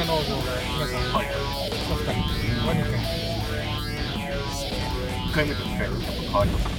農場で皆さん、 はい、 お二人は2回 1回目と2回目と変わりますか？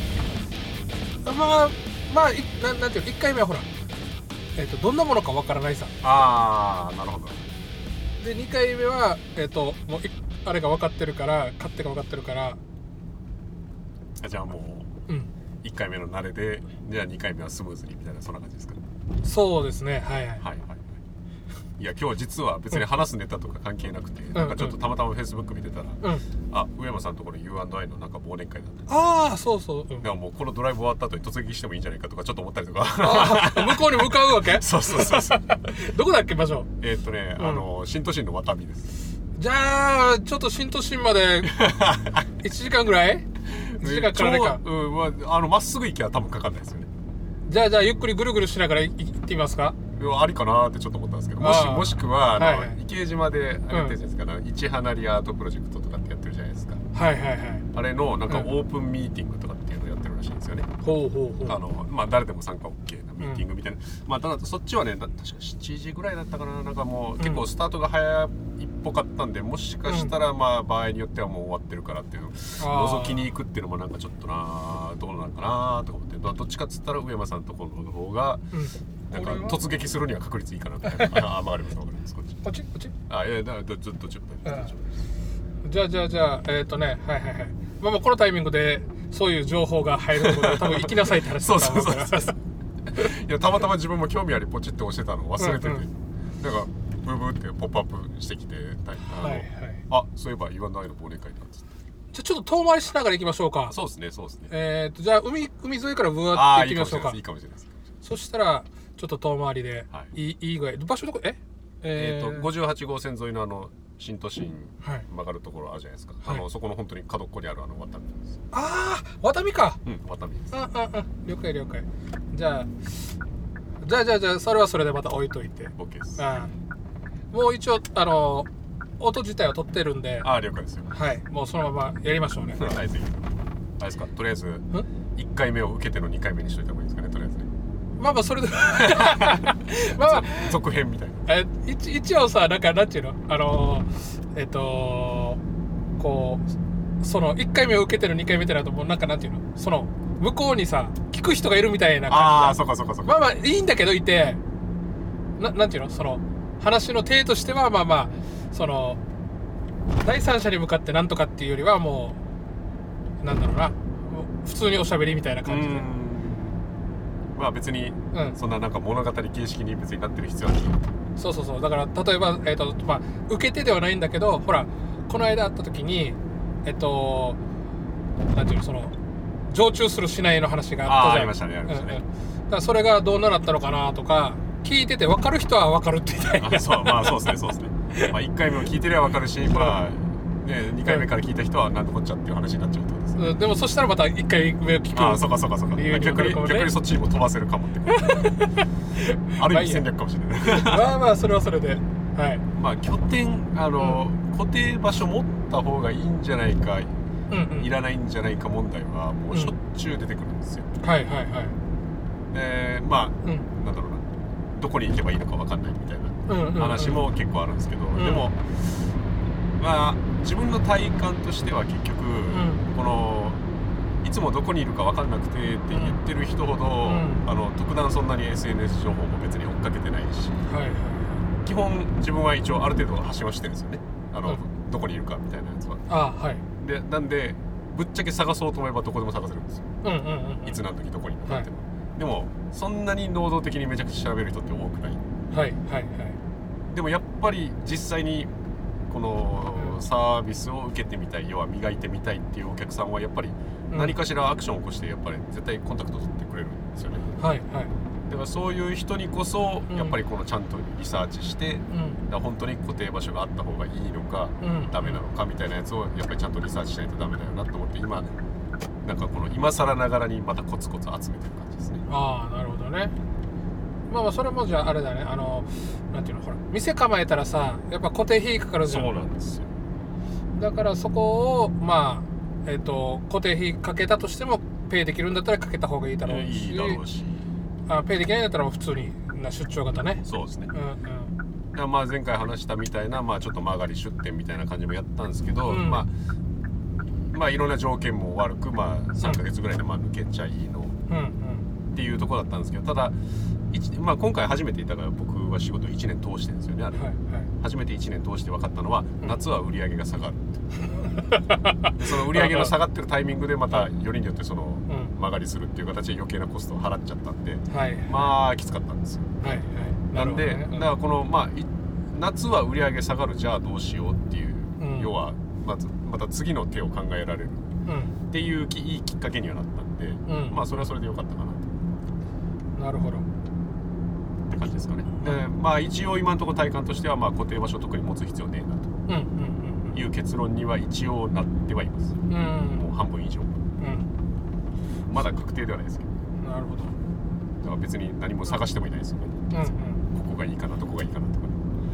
なんていうの、1回目はほら、どんなものかわからないさ。 ああ、なるほど。 で2回目はもうあれが分かってるから、勝手が分かってるから、 じゃあもう、1回目の慣れで、じゃあ2回目はスムーズにみたいな、そんな感じですかね。 そうですね、はいはい、 はいはい。いや今日実は別に話すネタとか関係なくて、なんかちょっとたまたまフェイスブック見てたら、あ、上山さんのところ U&I のなんか忘年会だった。 ああ、そうそう、 だからもうこのドライブ終わった後に突撃してもいいんじゃないかとかちょっと思ったりとか。 向こうに向かうわけ？ そうどこだっけ場所？ 新都心のワタミです。 じゃあちょっと新都心まで1時間ぐらい？1時間からないか。 まっすぐ行きゃ多分かかんないですよね。 じゃあゆっくりぐるぐるしながら行ってみますか？ ありかなってちょっと思ったんですけど、もしくは池江島であれやってるじゃないですか、市花リアートプロジェクトとかってやってるじゃないですか。 はいはいはい。 あれのなんかオープンミーティングとかっていうのをやってるらしいんですよね。誰でも参加 OK なミーティングみたいな。ただそっちはね、確か7時ぐらいだったかな。なんかもう結構スタートが早いっぽかったんで、もしかしたら場合によってはもう終わってるからっていうのを覗きに行くっていうのもなんかちょっとどうなのかなとか思って、どっちかっつったら上山さんのところの方がなんか突撃するには確率いいかなみたいな。分かりますこっち。あ、いやだからずっとちょっと。 じゃあはいはいはい。このタイミングでそういう情報が入るので多分行きなさいって話だと思うから。 そういやたまたま自分も興味ありポチって押してたのを忘れてて、なんかブーブーってポップアップしてきて、あ、そういえば言わないの忘年会だっつって。 じゃあちょっと遠回りしながら行きましょうか。 そうですね。 じゃあ海沿いからブワーって行ってみましょうか。 いいかもしれないです。 そしたらちょっと遠回りで、いい具合。場所どこ 58号線沿いの新都心曲がるところあるじゃないですか。そこの本当に角っこにあるワタミです。 ああ、ワタミか。 ワタミです。 了解。じゃあそれはそれでまた置いといて。 OK です。 もう一応音自体は取ってるんで。 了解ですよ。 はい、もうそのままやりましょうね。 はい、ぜひ。あれですか、とりあえず1回目を受けての2回目にしといた方がいいですかね、とりあえずね。 それで続編みたいな。 一応さ、なんていうの、こうその1回目を受けてる2回目ってなるともうなんていうの、その向こうにさ聞く人がいるみたいな感じ。 そうか。 いいんだけどいて、なんていうの、その話の体としてはその第三者に向かってなんとかっていうよりはもうなんだろうな、普通におしゃべりみたいな感じで。 別に、そんななんか物語形式に別になってる必要はない。 そうだから例えば受け手ではないんだけど、ほらこの間会った時になんていうの、その常駐するしないの話があったじゃん。 ありましたね。 だからそれがどうなったのかなとか聞いてて分かる人は分かるってみたいな。 そうですね。1回目を聞いてりゃ分かるし、2回目から聞いた人は何とこっちゃっていう話になっちゃうってことですね。 でもそしたらまた1回目を聞く。 そうか。逆にそっちにも飛ばせるかもってある意味戦略かもしれない。 それはそれで、 拠点固定場所持った方がいいんじゃないか、いらないんじゃないか問題はもうしょっちゅう出てくるんですよ。なんだろうな、どこに行けばいいのか分かんないみたいな話も結構あるんですけど、でも自分の体感としては結局、このいつもどこにいるか分かんなくてって言ってる人ほど、特段そんなに SNS 情報も別に追っかけてないし、基本自分は一応ある程度発信はしてるんですよね。どこにいるかみたいなやつは。でなんでぶっちゃけ探そうと思えばどこでも探せるんですよ。いつ何時どこに向かっても。でもそんなに能動的にめちゃくちゃ調べる人って多くない。でもやっぱり実際にこのサービスを受けてみたい、要は磨いてみたいっていうお客さんはやっぱり何かしらアクションを起こしてやっぱり絶対コンタクト取ってくれるんですよね。だからそういう人にこそやっぱりこのちゃんとリサーチして、本当に固定場所があった方がいいのか、ダメなのかみたいなやつをやっぱりちゃんとリサーチしないとダメだよなと思って、今なんかこの今更ながらにまたコツコツ集めてる感じですね。 なるほどね。それもじゃああれだね、なんていうの、ほら店構えたらさやっぱ固定費かかるじゃん。 そうなんですよ。 だからそこを固定費かけたとしてもペイできるんだったらかけた方がいいだろうし、ペイできないんだったら普通に出張型ね。 そうですね。 まあ前回話したみたいな、まあ、ちょっと曲がり出店みたいな感じもやったんですけど、まあいろんな条件も悪く、まあ、3ヶ月ぐらいでまあ抜けちゃいのっていうところだったんですけど、ただまあ、今回初めていたから僕は仕事1年通してるんですよね。あれ、初めて1年通して分かったのは、夏は売り上げが下がるでその売り上げの下がってるタイミングでまたよりによってその曲がりするっていう形で余計なコストを払っちゃったんで、まあきつかったんですよ。なんで、だからこの、まあ、夏は売り上げ下がる、じゃあどうしようっていう、要はまた次の手を考えられるっていういいきっかけにはなったんで、まあそれはそれでよかったかなと。 なるほどって感じですかね。まあ一応今のところ体感としては、まあ固定場所特に持つ必要ねえなという結論には一応なってはいます。もう半分以上。まだ確定ではないですけど。 なるほど。 だから別に何も探してもいないですよね。ここがいいかな、どこがいいかなとか。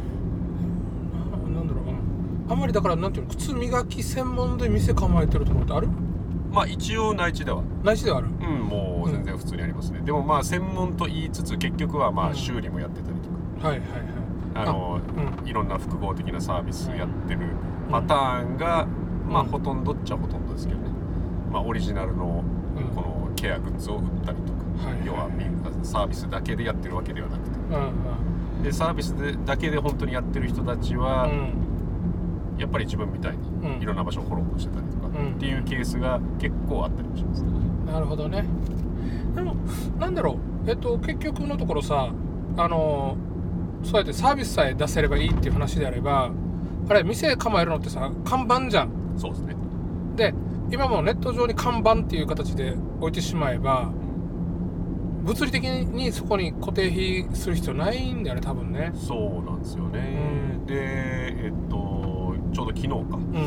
なんだろう、あんまりだからなんていうの、靴磨き専門で店構えてるところってある？ まあ一応内地ではある。 もう全然普通にありますね。でもまあ専門と言いつつ結局はまあ修理もやってたりとか、いろんな複合的なサービスやってるパターンがまあほとんどっちゃほとんどですけどね。まあオリジナルのこのケアグッズを売ったりとか、要はサービスだけでやってるわけではなくて、でサービスだけで本当にやってる人たちはやっぱり自分みたいにいろんな場所をフォローしてたりとかっていうケースが結構あったりもしますね。 なるほどね。でもなんだろう、結局のところさ、そうやってサービスさえ出せればいいっていう話であれば、あれ店構えるのってさ、看板じゃん。 そうですね。 で今もネット上に看板っていう形で置いてしまえば、物理的にそこに固定費する必要ないんだよね、多分ね。 そうなんですよね。でちょうど昨日か、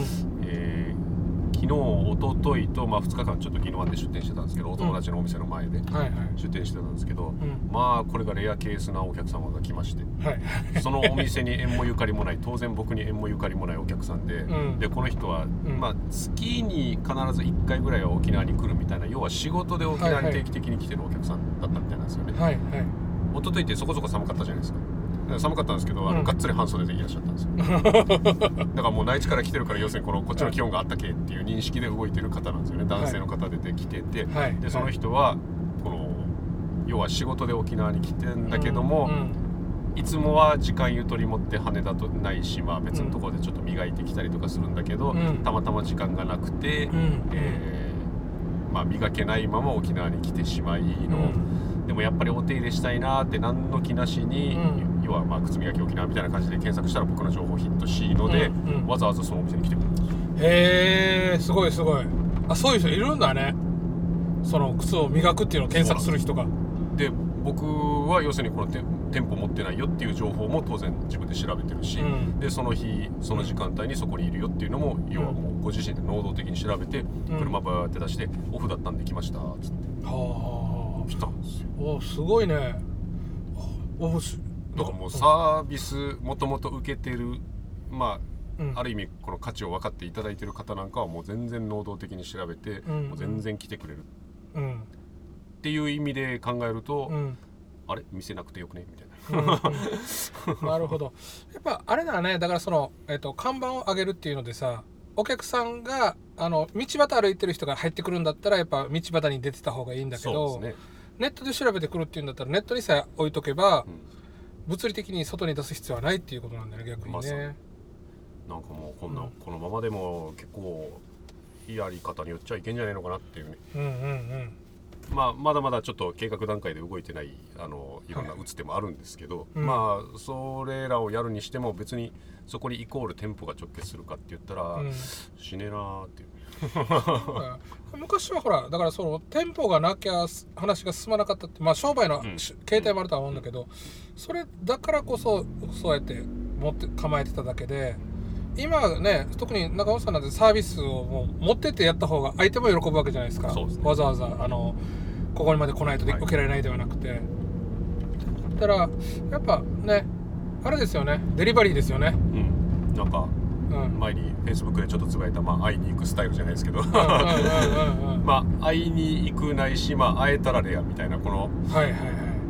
昨日一昨日と、まあ、2日間ちょっと宜野湾で出店してたんですけど、お友達のお店の前で出店してたんですけど、まあこれがレアケースなお客様が来まして、そのお店に縁もゆかりもない、当然僕に縁もゆかりもないお客さんで、でこの人は、まあ、月に必ず1回ぐらいは沖縄に来るみたいな、要は仕事で沖縄に定期的に来てるお客さんだったみたいなんですよね。一昨日ってそこそこ寒かったじゃないですか。寒かったんですけど、がっつり半袖でいらっしゃったんですよだからもう内地から来てるから、要するにこっちの気温があったけっていう認識で動いてる方なんですよね。男性の方で来てて、でその人はこの要は仕事で沖縄に来てんだけども、いつもは時間ゆとり持って羽田とないし、まあ、別のところでちょっと磨いてきたりとかするんだけど、たまたま時間がなくて、まあ、磨けないまま沖縄に来てしまいの、でもやっぱりお手入れしたいなって何の気なしに、要はまあ靴磨き沖縄みたいな感じで検索したら僕の情報ヒットしいので、わざわざそのお店に来てくれるんですよ。 へえ、すごいすごい。あ、そういう人いるんだね。その靴を磨くっていうのを検索する人が。 で僕は要するにこの店舗持ってないよっていう情報も当然自分で調べてるし、でその日その時間帯にそこにいるよっていうのも、要はもうご自身で能動的に調べて、車バーって出して、オフだったんで来ましたっつって。来たんですよ。 お、すごいね。 だからもうサービスもともと受けてる、まあ、ある意味この価値を分かっていただいてる方なんかはもう全然能動的に調べて、もう全然来てくれる、っていう意味で考えると、あれ見せなくてよくねみたいな、 なるほど。やっぱあれだね。だからその、看板を上げるっていうのでさ、お客さんが道端歩いてる人が入ってくるんだったら、やっぱ道端に出てた方がいいんだけど、そうですね、ネットで調べてくるっていうんだったら、ネットにさえ置いとけば、物理的に外に出す必要はないっていうことなんだよね、逆にね。 なんかもうこのままでも結構やり方によっちゃいけんじゃないのかなっていうね。まあ、まだまだちょっと計画段階で動いてないいろんな打つ手もあるんですけど、まあそれらをやるにしても別にそこにイコール店舗が直結するかって言ったら、しねえなーっていう昔はほら、だからその店舗がなきゃ話が進まなかったって、まあ商売の形態もあるとは思うんだけど、それだからこそそうやって構えてただけで、今ね、特に中尾さんなんてサービスをもう持ってってやった方が相手も喜ぶわけじゃないですか。そうですね、わざわざここにまで来ないと受けられないではなくて、だからやっぱね、あれですよね、デリバリーですよね。 なんか前に Facebook でちょっとつぶやいた、まあ、会いに行くスタイルじゃないですけどまあ会いに行くないし、まあ、会えたらレアみたいな、この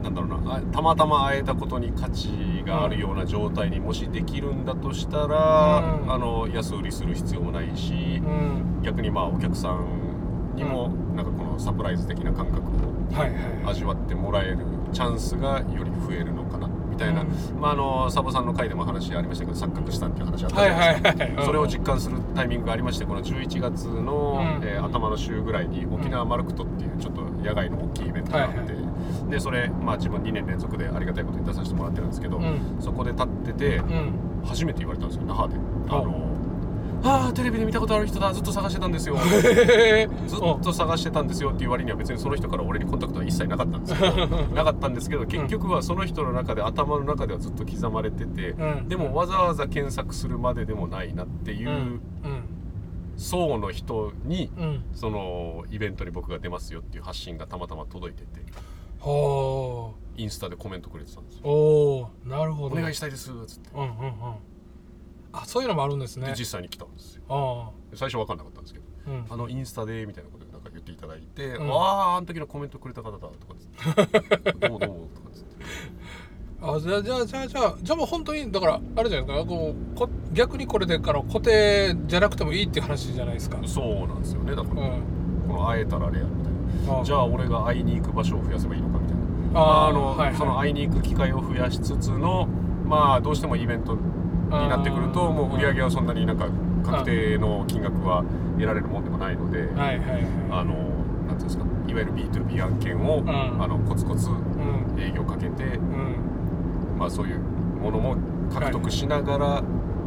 なんだろうな、たまたま会えたことに価値があるような状態にもしできるんだとしたら、安売りする必要もないし、逆にまあお客さんにもなんかこのサプライズ的な感覚を味わってもらえるチャンスがより増えるのかなみたいな、サボさんの回でも話ありましたけど、錯覚したっていう話あったじゃないですか。それを実感するタイミングがありまして、この11月の、頭の週ぐらいに沖縄マルクトっていうちょっと野外の大きいイベントがあって、でそれ、自分2年連続でありがたいことに出させてもらってるんですけど、そこで立ってて、初めて言われたんですよ、那覇で。テレビで見たことある人だ、ずっと探してたんですよずっと探してたんですよっていう割には別にその人から俺にコンタクトは一切なかったんですけど結局はその人の中で頭の中ではずっと刻まれてて、でもわざわざ検索するまででもないなっていう層の人に、そのイベントに僕が出ますよっていう発信がたまたま届いてて、インスタでコメントくれてたんですよ。 なるほど。 お願いしたいですっつって、 そういうのもあるんですね。 で実際に来たんですよ。最初分かんなかったんですけど、インスタでみたいなことでなんか言っていただいて、あの時のコメントくれた方だとかどうもどうもとかつってじゃあもう本当にだからあれじゃないですか、逆にこれでから固定じゃなくてもいいっていう話じゃないですか。 そうなんですよね。だから、この会えたらレアみたいな、じゃあ俺が会いに行く場所を増やせばいいのかみたいな、その会いに行く機会を増やしつつのどうしてもイベントになってくると、もう売り上げはそんなになんか確定の金額は得られるもんでもないので、なんていうんですか、いわゆる B2B 案件を、コツコツ営業かけて、そういうものも獲得しながら、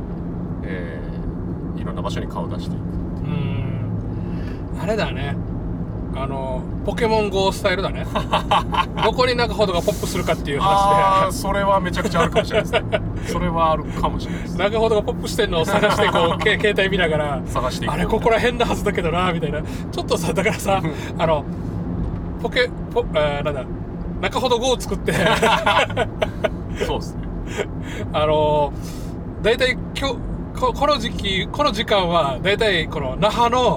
いろんな場所に顔を出していく。 あれだね、ポケモン GO スタイルだねどこに中ほどがポップするかっていう話でそれはめちゃくちゃあるかもしれないですねそれはあるかもしれないです。 中ほどがポップしてんのを探してこう携帯見ながら探していく、 あれここら辺なはずだけどなみたいな、ちょっとさ、だからさなんだ中ほど GO を作ってそうですねだいたいこの時間はだいたいこの那覇の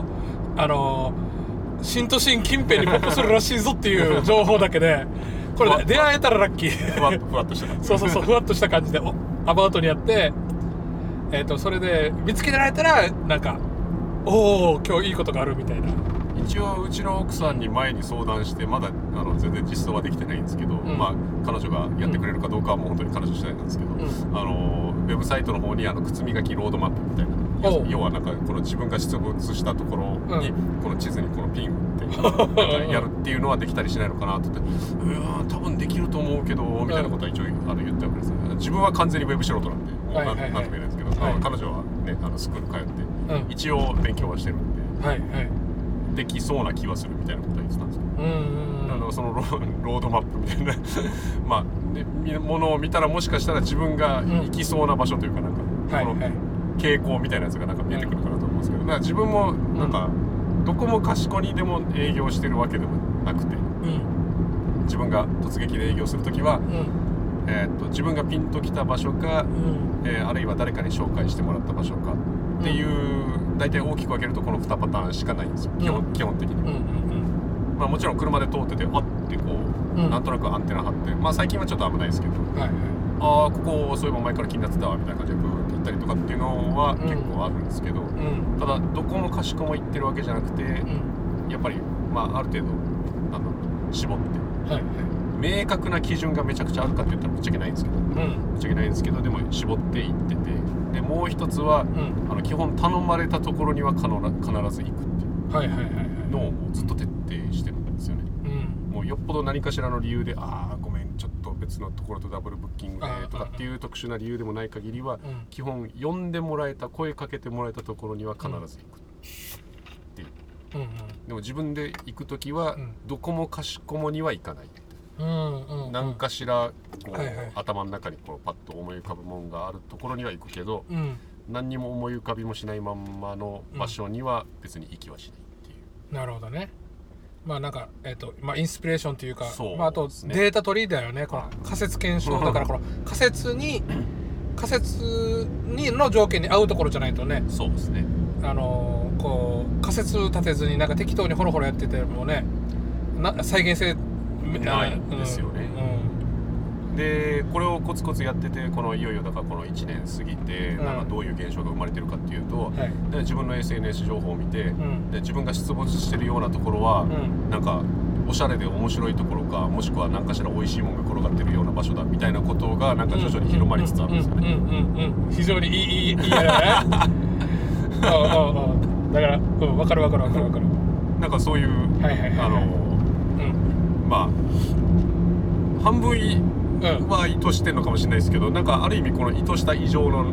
新都心近辺にポップするらしいぞっていう情報だけでこれ出会えたらラッキーふわっとした感じそうふわっとした感じでアバウトにやって、それで見つけられたらなんか今日いいことがあるみたいな。 一応うちの奥さんに前に相談して、まだ全然実装はできてないんですけど、彼女がやってくれるかどうかはもう本当に彼女次第なんですけど、ウェブサイトの方に靴磨きロードマップみたいな、要はなんかこの自分が出没したところに、この地図にこのピンってやるっていうのはできたりしないのかなって言って多分できると思うけどみたいなことは一応言ってわけですね。自分は完全にウェブ素人なんでもう何とも言えないんですけど、彼女はねスクール通って一応勉強はしてるんで、できそうな気はするみたいなことは言ってたんですけど、そのロードマップみたいなものを見たら、もしかしたら自分が行きそうな場所というか、なんかこの傾向みたいなやつがなんか見えてくるかなと思うんですけど、だから自分もなんかどこもかしこにでも営業してるわけでもなくて、自分が突撃で営業するときは、自分がピンときた場所か、あるいは誰かに紹介してもらった場所かっていう、大体大きく分けるとこの2パターンしかないんですよ、基本的に。もちろん車で通っててあってこう、なんとなくアンテナ張って、最近はちょっと危ないですけど、ここそういえば前から気になってたわみたいな感じでブーって行ったりとかっていうのは結構あるんですけど、ただどこもかしこも行ってるわけじゃなくて、やっぱりある程度絞って、明確な基準がめちゃくちゃあるかって言ったらぶっちゃけないんですけど、ぶっちゃけないんですけど、でも絞っていってて、でもう一つは、基本頼まれたところには必ず行くっていうのをずっと徹底してるんですよね。もうよっぽど何かしらの理由でごめんちょっと別のところとダブルブッキングでとかっていう特殊な理由でもない限りは、基本呼んでもらえた、声かけてもらえたところには必ず行くっていう。でも自分で行くときは、どこもかしこもには行かない。何かしらこう、頭の中にこうパッと思い浮かぶものがあるところには行くけど、何にも思い浮かびもしないまんまの場所には別に行きはしないっていう。 なるほどね。なんかインスピレーションというか、あとデータ取りだよね。この仮説検証だから、この仮説にの条件に合うところじゃないとね。 そうですね。 こう仮説立てずになんか適当にホロホロやっててもね、再現性ないんですよね。 でこれをコツコツやってていよいよだからこの1年過ぎて、なんかどういう現象が生まれてるかっていうと、で自分の SNS 情報を見て、で自分が出没してるようなところは、なんかおしゃれで面白いところか、もしくは何かしら美味しいものが転がってるような場所だみたいなことがなんか徐々に広まりつつあるんですよね。 非常にいいやね。だから分かる。 なんかそういうまあ半分は意図してんのかもしれないですけど、なんかある意味この意図した以上の、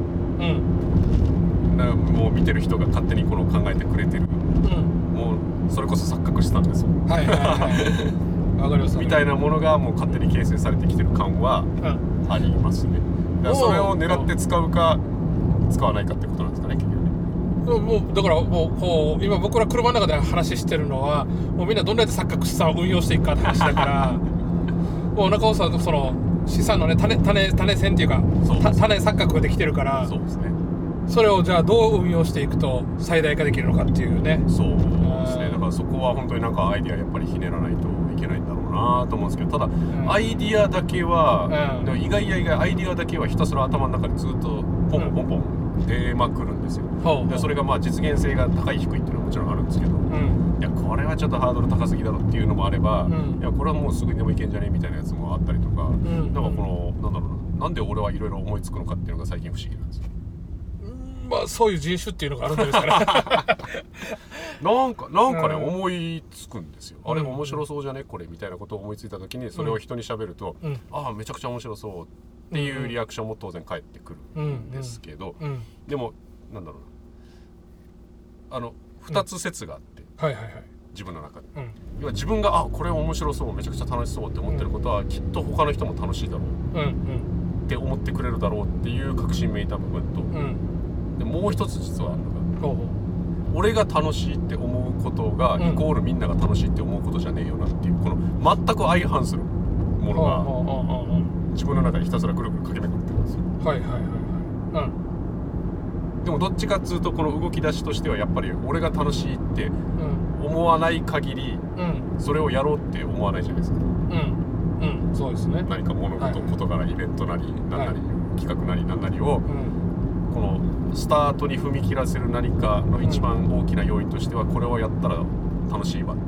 もう見てる人が勝手にこの考えてくれてる、もうそれこそ錯覚したんですよ。わかります。みたいなものがもう勝手に形成されてきてる感はありますね。だからそれを狙って使うか使わないかってことなんですかね、結局ね。 もうだからもうこう今僕ら車の中で話してるのはもうみんなどんなやって錯覚さを運用していくかって話だからもう中尾さんその資産のね種線っていうか種錯覚ができてるから、 そうですね。 それをじゃあどう運用していくと最大化できるのかっていうね。 そうですね。だからそこは本当になんかアイディアやっぱりひねらないといけないんだろうなと思うんですけど、ただ、アイディアだけは、でも意外アイディアだけはひたすら頭の中でずっとポンポン出まくるんですよ。でそれがまあ実現性が高い低いっていうのはもちろんあるんですけど、いやこれはちょっとハードル高すぎだろっていうのもあれば、いやこれはもうすぐにでもいけんじゃねみたいなやつもあったりとか、なんかこのなんだろうな、なんで俺はいろいろ思いつくのかっていうのが最近不思議なんですよ。 まあそういう人種っていうのがあるんですからなんかね、思いつくんですよ。あれ面白そうじゃねこれみたいなことを思いついた時にそれを人に喋ると、ああめちゃくちゃ面白そうっていうリアクションも当然返ってくるんですけど、でもなんだろうな、2つ説があって、自分の中で、要は自分がこれ面白そうめちゃくちゃ楽しそうって思ってることは、きっと他の人も楽しいだろうって思ってくれるだろうっていう確信めいた部分と、でもう一つ実はあるのが、俺が楽しいって思うことが、イコールみんなが楽しいって思うことじゃねえよなっていう、この全く相反するものが自分の中でひたすらぐるぐる駆け巡ってるんですよ。でもどっちかっつうとこの動き出しとしてはやっぱり俺が楽しいって思わない限り、それをやろうって思わないじゃないですか。 そうですね。 何か物事、事柄イベントなり何なり、企画なり何なりを、このスタートに踏み切らせる何かの一番大きな要因としては、これをやったら楽しいわって、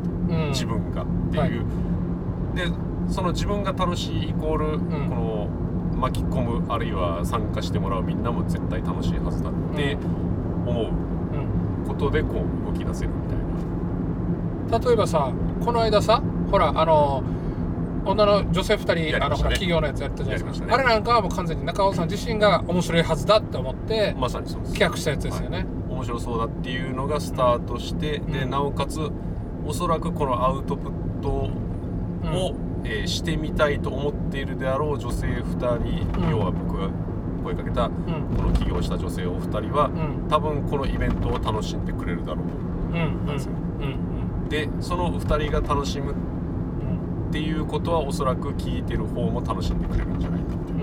自分がっていう、でその自分が楽しいイコール、この巻き込むあるいは参加してもらうみんなも絶対楽しいはずだって思うことでこう動き出せるみたいな。 例えばさ、この間さ、ほら女性2人、ほら企業のやつやったじゃないですか。あれなんかはもう完全に中尾さん自身が面白いはずだって思ってまさにそうです企画したやつですよね。 面白そうだっていうのがスタートして、でなおかつおそらくこのアウトプットを、してみたいと思っているであろう女性2人、要は僕が声かけた、この起業した女性お二人は、多分このイベントを楽しんでくれるだろうなんですよ。でその2人が楽しむっていうことはおそらく聞いてる方も楽しんでくれるんじゃないかっていう、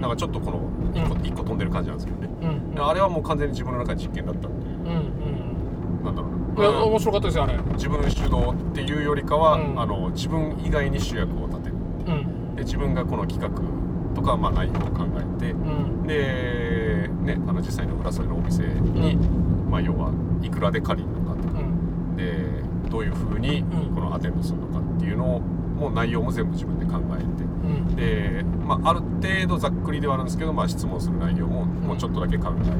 なんかちょっとこの一個飛んでる感じなんですけどね、あれはもう完全に自分の中で実験だったんで、なんだろうな、 面白かったですよあれ。 自分主導っていうよりかは、自分以外に主役を立てる、で自分がこの企画とか、内容を考えて、で、ね、実際の浦添のお店に、要はいくらで借りるのかとか、でどういう風にこのアテンドするのかっていうのをもう内容も全部自分で考えて、で、ある程度ざっくりではあるんですけど、質問する内容ももうちょっとだけ考えて、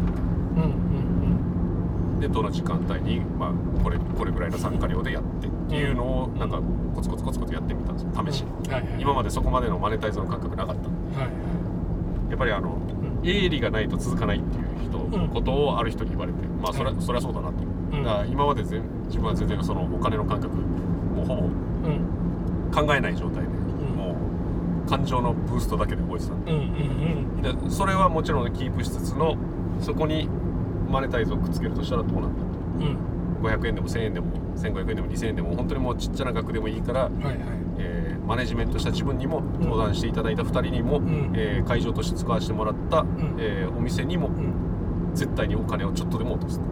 でどの時間帯に、これぐらいの参加料でやってっていうのをなんかコツコツやってみたんですよ、試しに。今までそこまでのマネタイズの感覚なかったんで、やっぱり営利がないと続かないっていうことをある人に言われて、そりゃそうだなと。だから今まで自分は全然そのお金の感覚もうほぼ考えない状態で、もう感情のブーストだけで動いてたんで、でそれはもちろんキープしつつの、そこにマネタイズをくっつけるとしたらどうなんだと、500円でも1000円でも1500円でも2000円でも本当にもうちっちゃな額でもいいから、マネジメントした自分にも相談していただいた2人にも、会場として使わせてもらった、お店にも、絶対にお金をちょっとでも落とすと、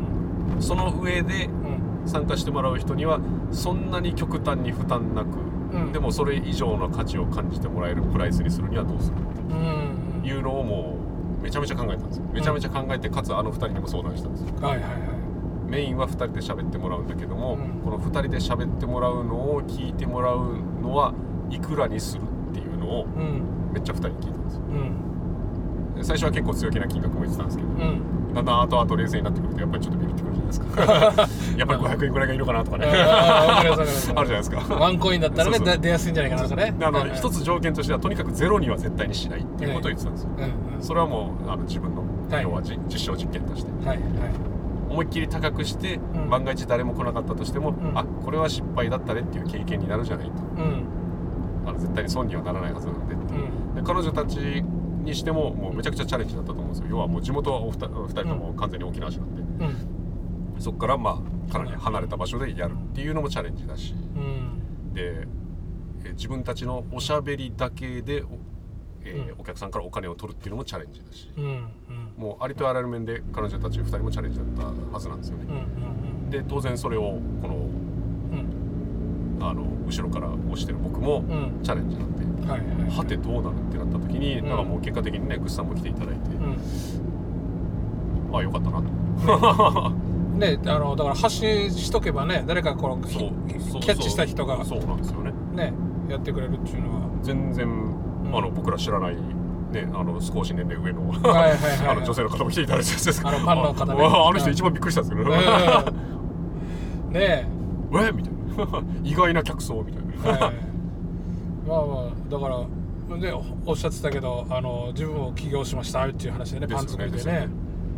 その上で参加してもらう人にはそんなに極端に負担なく、 でもそれ以上の価値を感じてもらえるプライスにするにはどうするっていうのをもうめちゃめちゃ考えたんですよ。めちゃめちゃ考えて、かつ2人にも相談したんですよ。メインは2人で喋ってもらうんだけども、この2人で喋ってもらうのを聞いてもらうのはいくらにするっていうのをめっちゃ2人に聞いたんですよ。最初は結構強気な金額も言ってたんですけど、だんだん後々冷静になってくるとやっぱりちょっとビビってくるじゃないですか。やっぱり500円ぐらいがいいのかなとかね。あるじゃないですか。 ワンコインだったらね出やすいんじゃないかなとかね。 一つ条件としてはとにかくゼロには絶対にしないっていうことを言ってたんですよ。それはもう自分の要は実証実験として、思いっきり高くして万が一誰も来なかったとしても、これは失敗だったねっていう経験になるじゃないと、絶対に損にはならないはずなんでっていう。で彼女たちにしてももうめちゃくちゃチャレンジだったと思うんですよ。要はもう地元はお二人とも完全に沖縄市なんで、そこからかなり離れた場所でやるっていうのもチャレンジだし、で自分たちのおしゃべりだけでお客さんからお金を取るっていうのもチャレンジだし、もうありとあらゆる面で彼女たち2人もチャレンジだったはずなんですよね。で当然それをこの後ろから押してる僕もチャレンジなんで、はてどうなるってなった時に、だからもう結果的にねグッさんも来ていただいて、よかったなと。 ね、だから発信しとけばね、誰かキャッチした人がそうなんですよね、 やってくれるっていうのは全然僕ら知らないね、少し年齢上の女性の方も来ていただいてたんですけど、 パンの方ね、 あの人一番びっくりしたんですけどねえみたいな意外な客層みたいな、 だからでおっしゃってたけど自分も起業しましたっていう話でね、パン作りでね、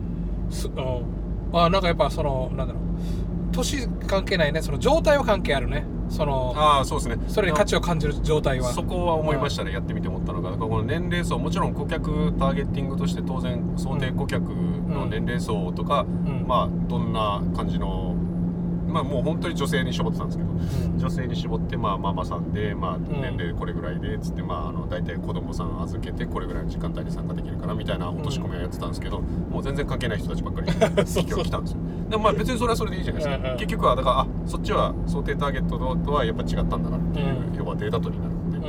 なんかやっぱなんだろう、年関係ないね、その状態は関係あるね、 そうですね、 それに価値を感じる状態はそこは思いましたね。やってみて思ったのが、この年齢層、もちろん顧客ターゲッティングとして当然想定顧客の年齢層とか、どんな感じのもう本当に女性に絞ってたんですけど、女性に絞ってママさんで、年齢これぐらいでつって大体子供さん預けてこれぐらいの時間帯に参加できるかなみたいな落とし込みをやってたんですけど、もう全然関係ない人たちばっかり今日来たんですよ。でも別にそれはそれでいいじゃないですか。結局はだからそっちは想定ターゲットとはやっぱ違ったんだなっていう、要はデータ取りになるん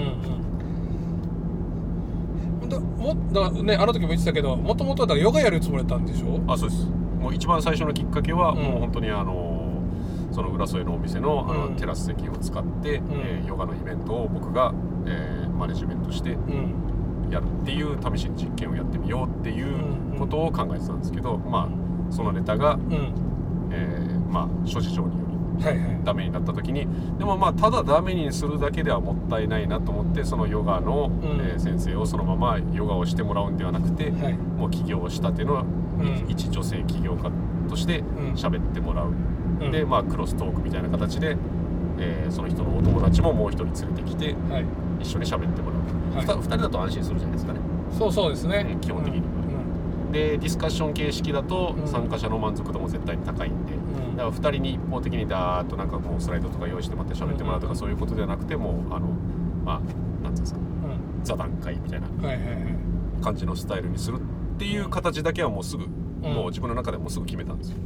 で、 だからね、あの時も言ってたけど、もともとはヨガやるつもりだったんでしょ。 そうです。もう一番最初のきっかけは、もう本当にその浦添のお店のテラス席を使って、ヨガのイベントを僕が、マネジメントしてやるっていう試しに実験をやってみようっていうことを考えてたんですけど、そのネタが、諸事情によりダメになった時に、でもただダメにするだけではもったいないなと思って、そのヨガの、先生をそのままヨガをしてもらうんではなくて、もう起業したての一女性起業家として喋ってもらう。でクロストークみたいな形で、その人のお友達ももう一人連れてきて、一緒に喋ってもらう、2人だと安心するじゃないですかね。 そうですね、 基本的には、でディスカッション形式だと参加者の満足度も絶対に高いんで、だから2人に一方的にダーッとなんかもうスライドとか用意してもらって喋ってもらうとか、そういうことではなくて、もうなんていうんですか、座談会みたいな感じのスタイルにするっていう形だけはもうすぐ、もう自分の中でもすぐ決めたんですよ。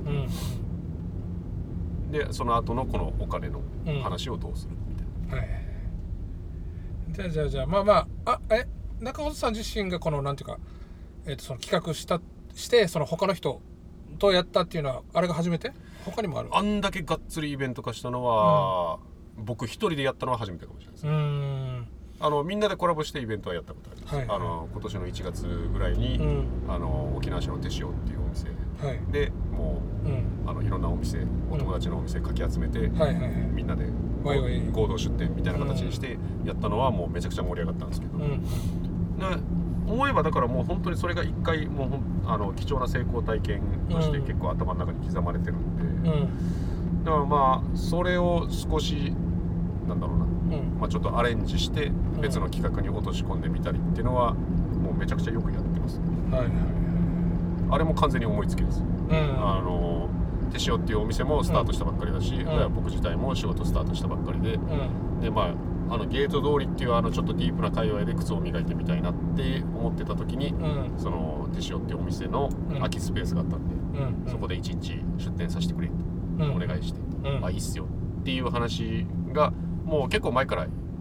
でその後のこのお金の話をどうするみたいな、じゃあ中本さん自身がこのなんていうか、その企画してその他の人とやったっていうのはあれが初めて？他にもある？ あんだけがっつりイベント化したのは、僕一人でやったのは初めてかもしれないですね。みんなでコラボしてイベントはやったことあります。今年の1月ぐらいに、沖縄市の手塩っていうお店で、もう、いろんなお店、お友達のお店かき集めて、みんなで合同出店みたいな形にしてやったのはもうめちゃくちゃ盛り上がったんですけど、思えばだからもう本当にそれが一回もう貴重な成功体験として結構頭の中に刻まれてるんで、だからそれを少しなんだろうな、ちょっとアレンジして別の企画に落とし込んでみたりっていうのはもうめちゃくちゃよくやってます、あれも完全に思いつきです。手塩っていうお店もスタートしたばっかりだし、僕自体も仕事スタートしたばっかりで、でゲート通りっていうちょっとディープな界隈で靴を磨いてみたいなって思ってた時に、その手塩っていうお店の空きスペースがあったんで、そこで1日出店させてくれとお願いして、いいっすよっていう話がもう結構前から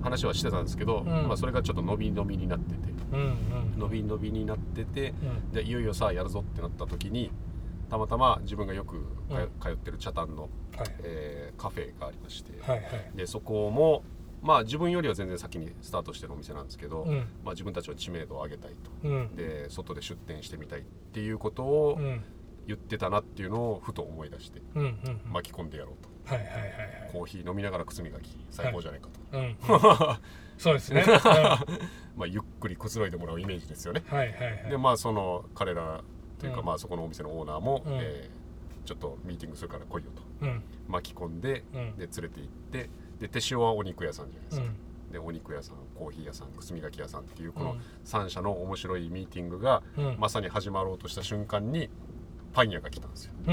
話はしてたんですけど、まあ、それがちょっと伸び伸びになってて、伸び伸びになってて、でいよいよさあやるぞってなった時にたまたま自分がよく通ってる北谷の、カフェがありまして、でそこもまあ自分よりは全然先にスタートしてるお店なんですけど、まあ、自分たちの知名度を上げたいと、で外で出店してみたいっていうことを言ってたなっていうのをふと思い出して、巻き込んでやろうと、コーヒー飲みながら靴磨き最高じゃないかと、 そうですね、 まあゆっくりくつろいでもらうイメージですよね。でまあその彼らというか、まあそこのお店のオーナーも、ちょっとミーティングするから来いよと、巻き込んで、で連れて行って、で手塩はお肉屋さんじゃないですか、でお肉屋さん、コーヒー屋さん、靴磨き屋さんっていうこの3社の面白いミーティングが、まさに始まろうとした瞬間にパン屋が来たんですよ。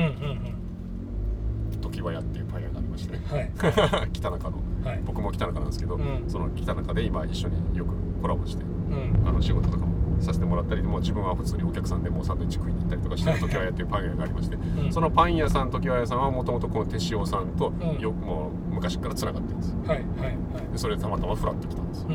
時和屋っていうパン屋がありましてね、北中の、僕も北中なんですけど、その北中で今一緒によくコラボして、仕事とかもさせてもらったり、もう自分は普通にお客さんでもうサンドイッチ食いに行ったりとかしてる時和屋っていうパン屋がありまして、そのパン屋さん、時和屋さんはもともとこの手塩さんとよくもう昔からつながってるんですよ。でそれでたまたまフラッと来たんですよ。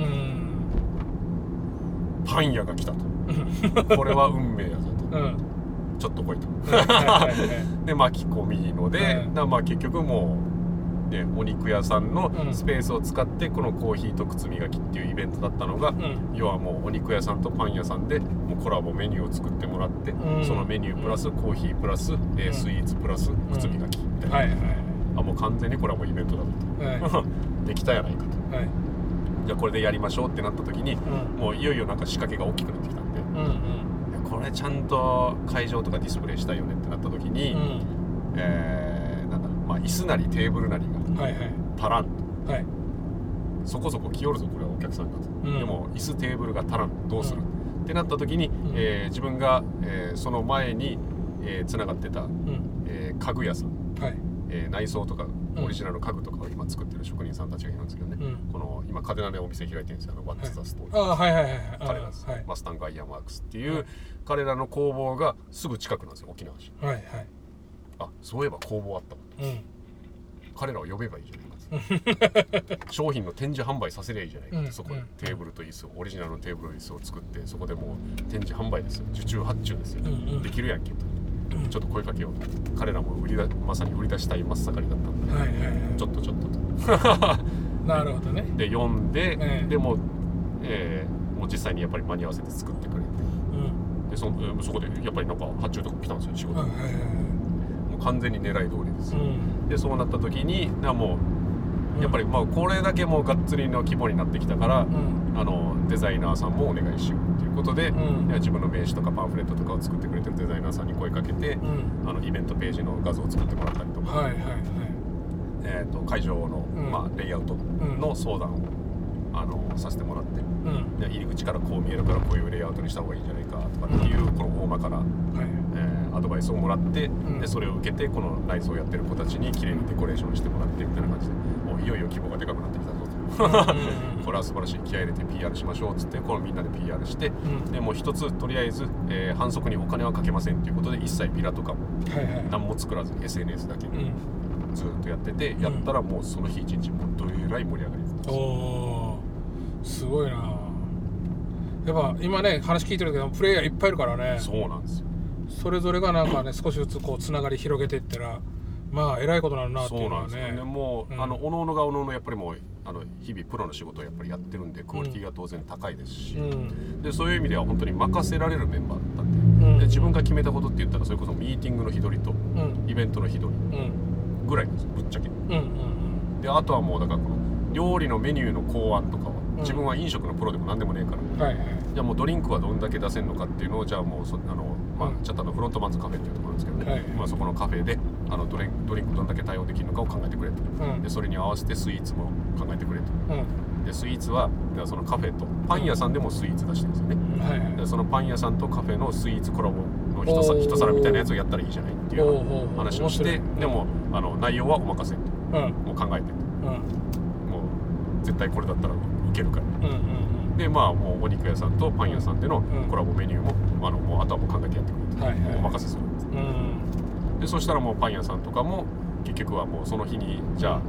パン屋が来たとこれは運命やぞと、ちょっと来いとで巻き込みので、まあ結局もう、ね、お肉屋さんのスペースを使ってこのコーヒーと靴磨きっていうイベントだったのが、要はもうお肉屋さんとパン屋さんでもうコラボメニューを作ってもらって、そのメニュープラスコーヒープラス、スイーツプラス靴磨きみたいな、もう完全にこれはもうイベントだと、できたやないかと、じゃあこれでやりましょうってなった時に、もういよいよなんか仕掛けが大きくなってきたんで、これちゃんと会場とかディスプレイしたいよねってなった時に、なんだ、まあ、椅子なりテーブルなりが足らんと、そこそこ来よるぞこれはお客さんがと、でも椅子テーブルが足らんどうする、ってなった時に、自分が、その前につながってた、家具屋さん、内装とかオリジナル家具とかを今作ってる職人さんたちがいるんですけどね、この今嘉手納でお店開いてるんですよ、ワッツ・ザ・ストーリー、彼らです、マスタング・アイアンワークスっていう、彼らの工房がすぐ近くなんですよ、沖縄市。あ、そういえば工房あったもん、彼らを呼べばいいじゃないか商品の展示販売させりゃいいじゃないか、そこでテーブルと椅子を、オリジナルのテーブルと椅子を作って、そこでもう展示販売ですよ、受注発注ですよ、できるやんけと、ちょっと声かけようと、彼らもまさに売り出したい真っ盛りだったんで、ちょっととなるほどね。 で読んで、でも、もう実際にやっぱり間に合わせて作ってくれて、でそこでやっぱりなんか発注とか来たんですよ、仕事、もう完全に狙い通りですよ、でそうなった時にもうやっぱりまあこれだけもうがっつりの規模になってきたから、デザイナーさんもお願いしようということで、自分の名刺とかパンフレットとかを作ってくれてるデザイナーさんに声かけて、イベントページの画像を作ってもらったりとか、会場の、まあ、レイアウトの相談をさせてもらって、入り口からこう見えるからこういうレイアウトにした方がいいんじゃないかとかっていうこの大まかな、アドバイスをもらって、でそれを受けてこの内装をやってる子たちに綺麗にデコレーションしてもらってみたいな感じで、もういよいよ規模がでかくなってきたぞとこれは素晴らしい、気合い入れて PR しましょうっつって、このみんなで PR して、でもう一つとりあえず、反則にお金はかけませんということで、一切ビラとかも何も作らずに SNS だけにずっとやってて、やったらもうその日一日もどえらい盛り上がりだったんですよ。 すごいな。やっぱ今ね話聞いてるけどプレイヤーいっぱいいるからね。 そうなんですよ。 それぞれがなんかね少しずつこうつながり広げていったらまあ偉いことになるなっていうのはね。そうなんですよね。もう、おのおのがおのおのやっぱりもう日々プロの仕事をやっぱりやってるんでクオリティが当然高いですし、でそういう意味では本当に任せられるメンバーだったんで、で自分が決めたことって言ったらそれこそミーティングの日取りと、イベントの日取りぐらいです、ぶっちゃけ。であとはもうだからこの料理のメニューの考案とかは、自分は飲食のプロでも何でもねえから、じゃあもうドリンクはどんだけ出せるのかっていうのを、じゃあもうチャッターのフロントマンズカフェっていうところなんですけどね、まあ、そこのカフェでドリンクどんだけ対応できるのかを考えてくれと、でそれに合わせてスイーツも考えてくれと、でスイーツはそのカフェとパン屋さんでもスイーツ出してるんですよね、でそのパン屋さんとカフェのスイーツコラボの一皿みたいなやつをやったらいいじゃないっていう話をして、でも内容はお任せと、もう考えてと、もう絶対これだったらウケるから、でまあもうお肉屋さんとパン屋さんでのコラボメニューも、もうあとはもう考えてやってくれと、お任せするんです、でそしたらもうパン屋さんとかも結局はもうその日にじゃあ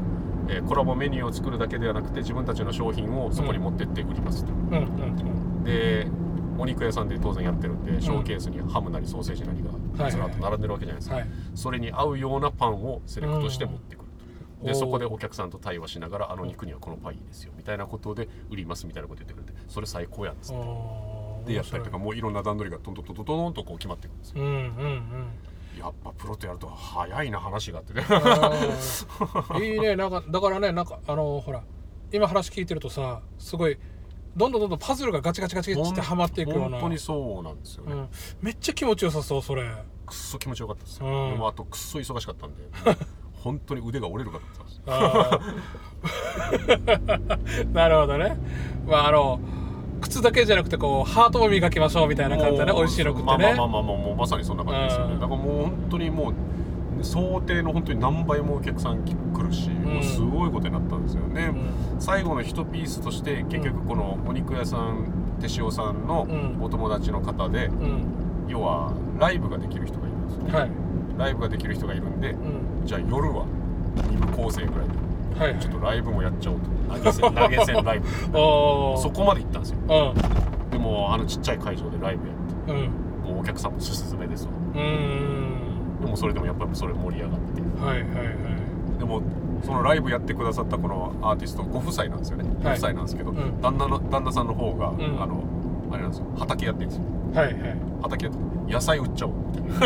コラボメニューを作るだけではなくて自分たちの商品をそこに持ってって売りますと、でお肉屋さんで当然やってるんで、ショーケースにハムなりソーセージなりがずらっと並んでるわけじゃないですか、それに合うようなパンをセレクトして持ってくると、でそこでお客さんと対話しながら、あの肉にはこのパンいいですよみたいなことで売りますみたいなこと言ってくれて、それ最高やんっつってでやったりとか、もういろんな段取りがトントントントンとこう決まっていくんですよ。やっぱプロとやると早いな話があってねいいね。なんかだからね、なんかほら今話聞いてるとさ、すごいどんどんパズルがガチガチガチってはまっていくような。 本当にそうなんですよね、 めっちゃ気持ちよさそう。それくっそ気持ちよかったですよ、でもあとくっそ忙しかったんで本当に腕が折れるかと思ってますなるほどね。まあ靴だけじゃなくてこうハートも磨きましょうみたいな感じでね、美味しいの食ってね。 もうまさにそんな感じですよね。だからもう本当にもう想定の本当に何倍もお客さん来るし、もうすごいことになったんですよね、最後の一ピースとして結局このお肉屋さん手塩さんのお友達の方で、要はライブができる人がいるんですよ、ライブができる人がいるんで、じゃあ夜は2部構成ぐらいで、ちょっとライブもやっちゃおうと、投げ銭ライブそこまで行ったんですよ、でもちっちゃい会場でライブやって、もうお客さんもすし詰めですわ、でもそれでもやっぱりそれ盛り上がって、でもそのライブやってくださったこのアーティストご夫妻なんですよね、ご夫妻なんですけど、旦那さんの方が、あれなんですよ、畑やってるんですよ、畑やって野菜売っちゃおう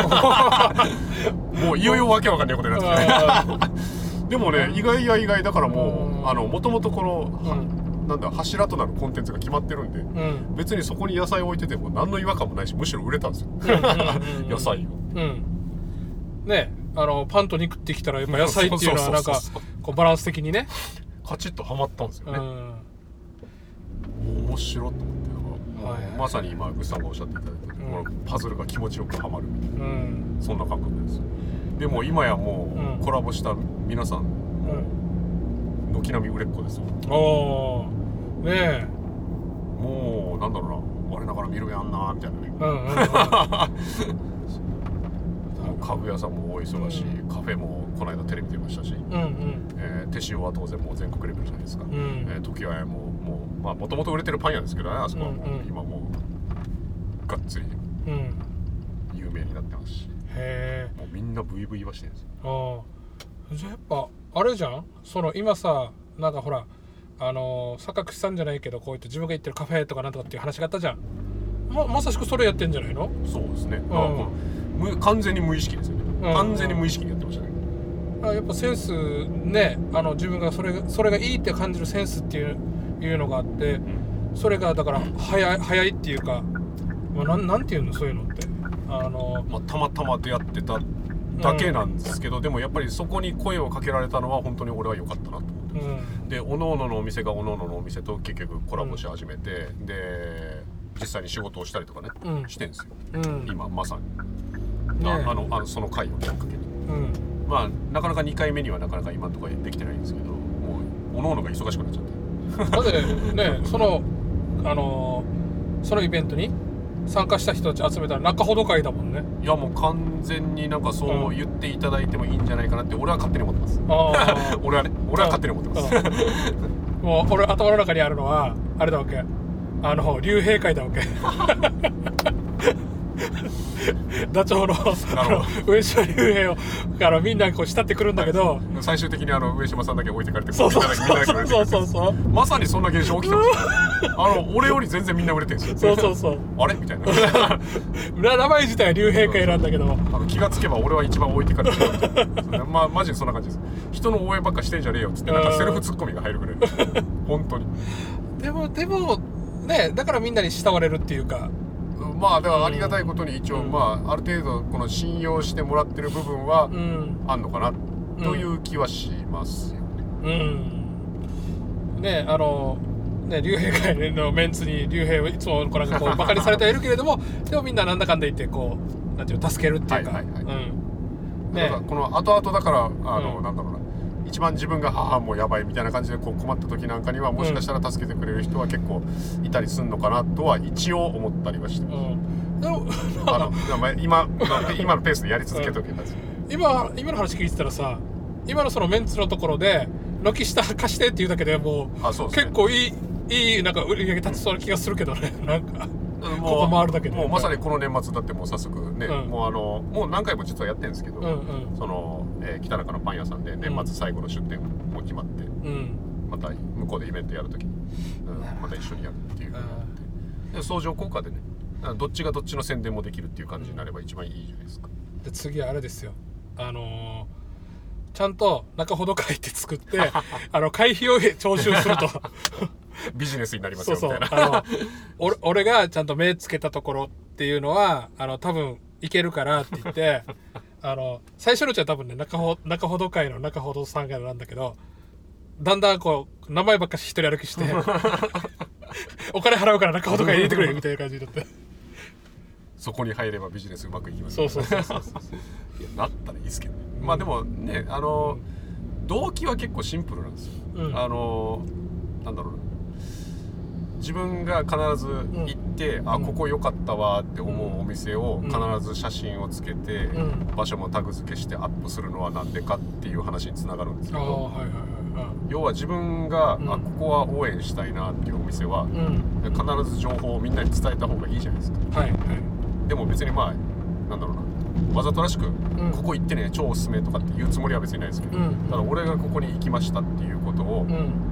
もういよいよわけわかんないことになっててでもね、意外や意外だから、もうもともとこの、なんだ柱となるコンテンツが決まってるんで、別にそこに野菜置いてても何の違和感もないし、むしろ売れたんですよ野菜を、ね、パンと肉ってきたらやっぱ野菜っていうのはなんかこうバランス的にねカチッとはまったんですよね、面白いと思って、まさに今グッさんがおっしゃっていただいた、このパズルが気持ちよくはまるみたいな、そんな感覚です。でも今やもうコラボした皆さんも軒並み売れっ子ですよ。 ねえ、 もうなんだろうな、我ながら見るやんなみたいなね。家具屋さんも大忙しい、カフェもこの間テレビ出ましたし、手塩は当然もう全国レベルじゃないですか、時はもうもともと売れてるパン屋ですけどね、あそこはもう、今もうがっつり有名になってますし、もうみんなブイブイはしてるんですよ。 じゃあやっぱあれじゃん、その今さ、なんかほら坂口さんじゃないけど、こういった自分が行ってるカフェとかなんとかっていう話があったじゃん。まさしくそれやってんじゃないの？ そうですね、完全に無意識ですよね、完全に無意識にやってましたね。 やっぱセンスね、自分がそれがいいって感じるセンスっていうのがあって、それがだから早いっていうか、なんていうの、そういうのってたまたま出会ってただけなんですけど、でもやっぱりそこに声をかけられたのは本当に俺は良かったなと思ってます、で各々のお店が各々のお店と結局コラボし始めて、で実際に仕事をしたりとかね、してんですよ、今まさに、その回をきっかけに、なかなか2回目にはなかなか今のところできてないんですけど、もう各々が忙しくなっちゃってだってね、そのイベントに参加した人たち集めたら中ほど会だもんね。 いやもう完全になんかそう言っていただいてもいいんじゃないかなって俺は勝手に思ってます。俺は勝手に思ってますもう俺頭の中にあるのはあれだわけ、竜兵会だわけダチョウの上島竜兵をみんなこう慕ってくるんだけど、 最終的に上島さんだけ置いてかれて、 そうまさにそんな現象起きてますよ俺より全然みんな売れてるんですよ。 そうあれみたいな名前自体は竜兵会なんだけど、 気がつけば俺は一番置いてかれてるマジでそんな感じです。人の応援ばっかしてんじゃねえよっつって、なんかセルフツッコミが入るぐらい本当に。 でもね、だからみんなに慕われるっていうか、 だからありがたいことに一応、ある程度この信用してもらってる部分はあんのかなという気はしますよね。竜兵会のメンツに竜兵をいつもこうバカにされてはいるけれどもでもみんななんだかんだ言ってこうなんていう助けるっていうか、 この後々だからなんだろうな、一番自分がもうやばいみたいな感じでこう困った時なんかにはもしかしたら助けてくれる人は結構いたりするのかなとは一応思ったりはしてます、でも今のペースでやり続けておけば、 今の話聞いてたらさ、今のそのメンツのところで軒下貸してって言うだけでもう、 そうですね、 結構いいなんか売り上げ立ちそうな気がするけどね。なんかここ回るだけでもうまさにこの年末だってもう早速ね、もう何回も実はやってるんですけど、その、北中のパン屋さんで年末最後の出店も決まって、また向こうでイベントやるときに、また一緒にやるっていうのがあって、で相乗効果でね、どっちがどっちの宣伝もできるっていう感じになれば一番いいじゃないですか。 で次はあれですよ、ちゃんと中ほど会って作って会費を徴収するとビジネスになりますよみたいな。 俺がちゃんと目つけたところっていうのは多分いけるからって言って最初のうちは多分ね中ほど会の中ほどさんがなんだけど、だんだんこう名前ばっかし一人歩きしてお金払うから中ほど会入れてくれみたいな感じになってそこに入ればビジネスうまくいきます。 そういやなったらいいですけどね。まあでもね、動機は結構シンプルなんですよ。なんだろうな、自分が必ず行って、ここ良かったわって思うお店を必ず写真をつけて、場所もタグ付けしてアップするのはなんでかっていう話につながるんですけど、要は自分が、ここは応援したいなっていうお店は、必ず情報をみんなに伝えた方がいいじゃないですか。でも別になんだろうな、わざとらしく、ここ行ってね超おすすめとかって言うつもりは別にないですけど、ただ俺がここに行きましたっていうことを、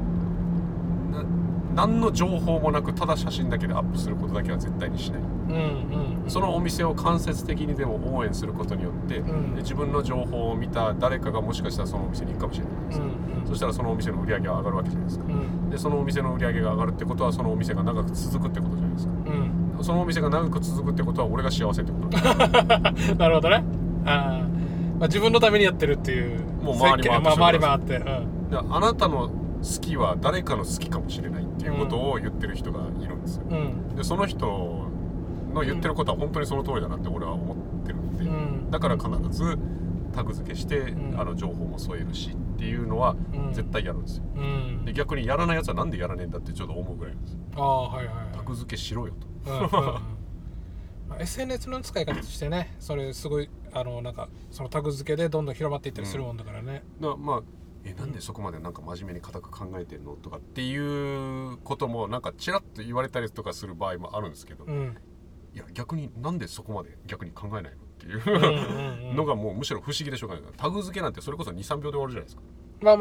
何の情報もなくただ写真だけでアップすることだけは絶対にしない。そのお店を間接的にでも応援することによって、で自分の情報を見た誰かがもしかしたらそのお店に行くかもしれないです、そしたらそのお店の売り上げが上がるわけじゃないですか、でそのお店の売り上げが上がるってことはそのお店が長く続くってことじゃないですか、そのお店が長く続くってことは俺が幸せってことなんですなるほどね。自分のためにやってるっていう、 もう回り回って、あなたの好きは誰かの好きかもしれないっていうことを言ってる人がいるんですよ、でその人の言ってることは本当にその通りだなって俺は思ってるんで、だから必ずタグ付けして、情報も添えるしっていうのは絶対やるんですよ、で逆にやらないやつはなんでやらねえんだってちょっと思うぐらいなんですよ。タグ付けしろよと。 SNS の使い方としてね、それすごいなんかそのタグ付けでどんどん広まっていったりするもんだからね、 なんでそこまでなんか真面目に固く考えてんのとかっていうこともなんかちらっと言われたりとかする場合もあるんですけど、いや逆になんでそこまで逆に考えないのっていうのがもうむしろ不思議でしょうがない。タグ付けなんてそれこそ 2,3 秒で終わるじゃないですか。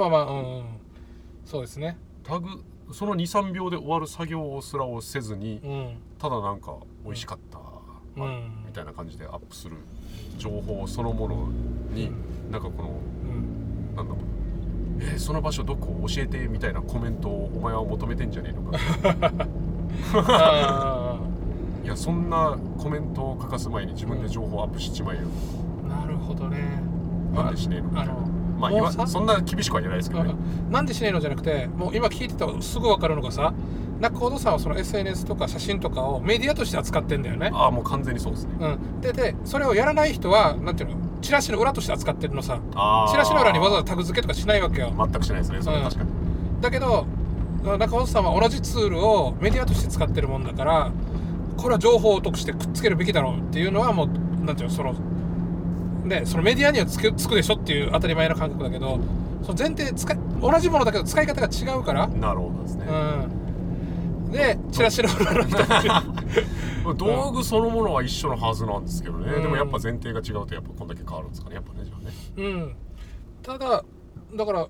そうですね。 その 2,3 秒で終わる作業すらをせずに、ただなんか美味しかった、みたいな感じでアップする情報そのものに、なんかこの、なんだろう、その場所どこ教えてみたいなコメントをお前は求めてんじゃねえのかいやそんなコメントを書かす前に自分で情報アップしちまえよ。 なるほどね。 なんでしねえのみたいな。そんな厳しくは言えないですけどね。 なんでしねえのじゃなくて、もう今聞いてたらすぐ分かるのがさ、中ほどさんはその SNS とか写真とかをメディアとして扱ってんだよね。 もう完全にそうですね。 でそれをやらない人はなんていうの、チラシの裏として扱ってるのさ。チラシの裏にわざわざタグ付けとかしないわけよ。 全くしないですね、それは確かに。 だけど中ほどさんは同じツールをメディアとして使ってるもんだから、これは情報を得してくっつけるべきだろうっていうのはもうなんていうの、そのメディアにはつくでしょっていう当たり前の感覚だけど、その前提同じものだけど使い方が違うから。 なるほどですね。 でチラシの裏の人たち道具そのものは一緒のはずなんですけどね、でもやっぱ前提が違うとやっぱこんだけ変わるんですかね、やっぱね、じゃあね。 ただだから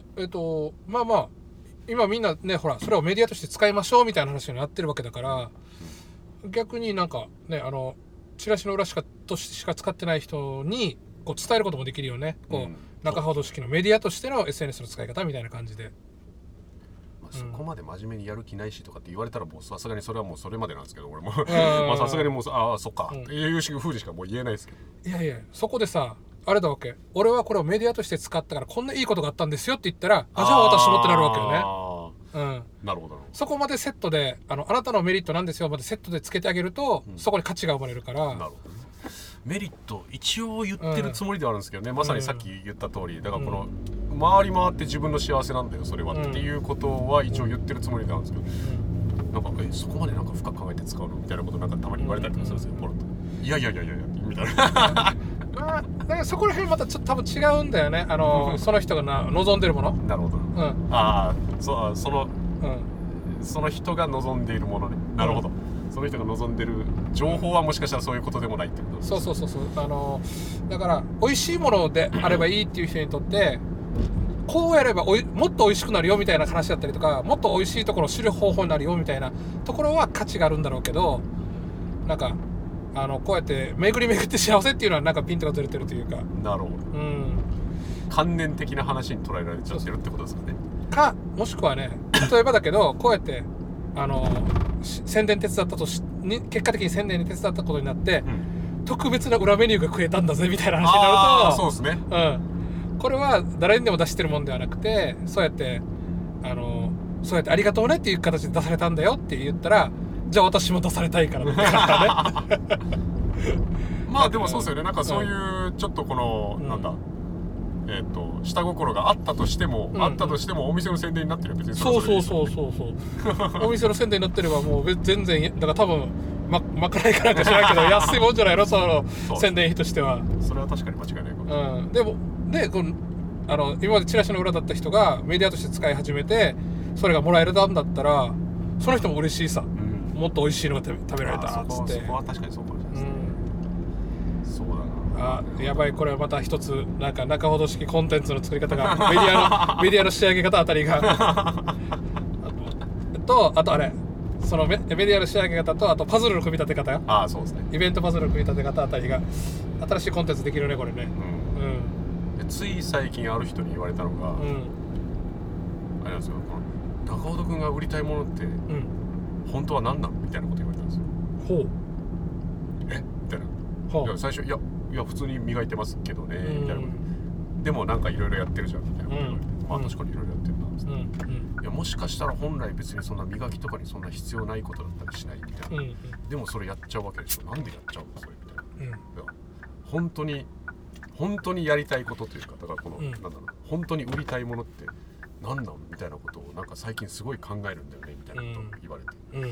今みんなね、ほらそれをメディアとして使いましょうみたいな話になってるわけだから、逆になんかね、チラシの裏としてしか使ってない人にこう伝えることもできるよね。こう中ほど式のメディアとしての SNS の使い方みたいな感じで。 そこまで真面目にやる気ないしとかって言われたらもうさすがにそれはもうそれまでなんですけど、俺もさすがにもうそっかっていう風にしかもう言えないですけど、いやそこでさあれだわけ、俺はこれをメディアとして使ったからこんないいことがあったんですよって言ったら、じゃあ私もってなるわけよね。 なるほど。 そこまでセットであなたのメリットなんですよまでセットでつけてあげると、そこに価値が生まれるから。 なるほど。メリット一応言ってるつもりではあるんですけどね、まさにさっき言った通り、だからこの回り回って自分の幸せなんだよそれは、っていうことは一応言ってるつもりであるんですけど、なんかそこまでなんか深く考えて使うのみたいなことなんかたまに言われたりとかするんですよ、ポロッと。いやみたいなだからそこら辺またちょっと多分違うんだよね。その人が望んでるもの。 なるほど。ああ、その人が望んでいるものね。なるほど。その人が望んでる情報はもしかしたらそういうことでもないってことです。 そうだから美味しいものであればいいっていう人にとってこうやればもっと美味しくなるよみたいな話だったりとか、もっと美味しいところを知る方法になるよみたいなところは価値があるんだろうけど、なんかこうやって巡り巡って幸せっていうのはなんかピントがずれてるというか。 なるほど。観念的な話に捉えられちゃってるってことですかね。 もしくはね、例えばだけどこうやって宣伝手伝った結果的に宣伝に手伝ったことになって、特別な裏メニューが食えたんだぜみたいな話になると、 そうですね。 これは誰にでも出してるもんではなくて、そうやってありがとうねっていう形で出されたんだよって言ったら、じゃあ私も出されたいからね。 まあでもそうですよね。なんかそういうちょっとこの、なんだ下心があったとしても、お店の宣伝になってるよ別に。 そうお店の宣伝になってればもう全然だから多分まかないかなんか知らんけど安いもんじゃないの、その宣伝費としては。 それは確かに間違いないかもしれない。 でも今までチラシの裏だった人がメディアとして使い始めて、それがもらえるんだったらその人も嬉しいさ。もっと美味しいのが食べられたっつって。 そこは確かにそうかもしれないですね。そうだな。 やばい、これはまた一つなんか中ほど式コンテンツの作り方がメディアの仕上げ方あたりがあとあれそのメディアの仕上げ方と、あとパズルの組み立て方よ。 そうですね。 イベントパズルの組み立て方あたりが新しいコンテンツできるねこれね。 つい最近ある人に言われたのが、あれなんですよ、中尾君が売りたいものって、本当は何なのみたいなこと言われたんですよ。みたいな。いや最初いや普通に磨いてますけどねみたいなこと。でもなんかいろいろやってるじゃんみたいなこと言われて、まあ確かにいろいろやってるなっつって、いやもしかしたら本来別にそんな磨きとかにそんな必要ないことだったりしないみたいな。でもそれやっちゃうわけでしょ。なんでやっちゃうのそれみたいな。本当にやりたいことというか、だからこの、なんだろう、本当に売りたいものって何なのみたいなことをなんか最近すごい考えるんだよねみたいなことを言われて、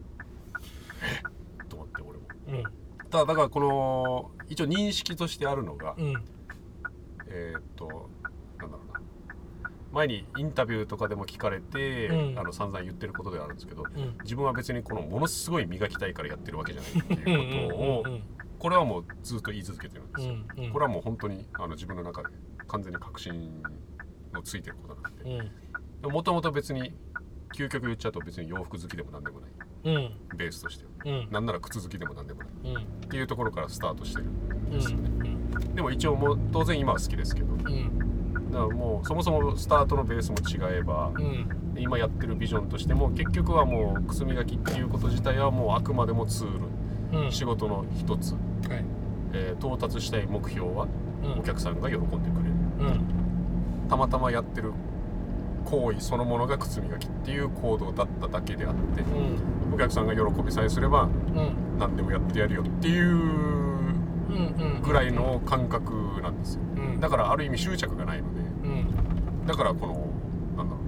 と思って俺も。だからこの一応認識としてあるのが、なんだろうな、前にインタビューとかでも聞かれて、散々言ってることではあるんですけど、自分は別にこのものすごい磨きたいからやってるわけじゃないっていうことをこれはもうずっと言い続けてるんですよ。これはもう本当に自分の中で完全に確信のついてることなんで、もともと別に究極言っちゃうと別に洋服好きでもなんでもない、ベースとしては、なんなら靴好きでもなんでもない、っていうところからスタートしてるんですよね。でも一応もう当然今は好きですけど、だからもうそもそもスタートのベースも違えば、今やってるビジョンとしても結局はもう靴磨きっていうこと自体はもうあくまでもツール、仕事の一つ、到達したい目標はお客さんが喜んでくれる、たまたまやってる行為そのものが靴磨きっていう行動だっただけであって、お客さんが喜びさえすれば、何でもやってやるよっていうぐらいの感覚なんですよ。だからある意味執着がないので、だからこのなんだろ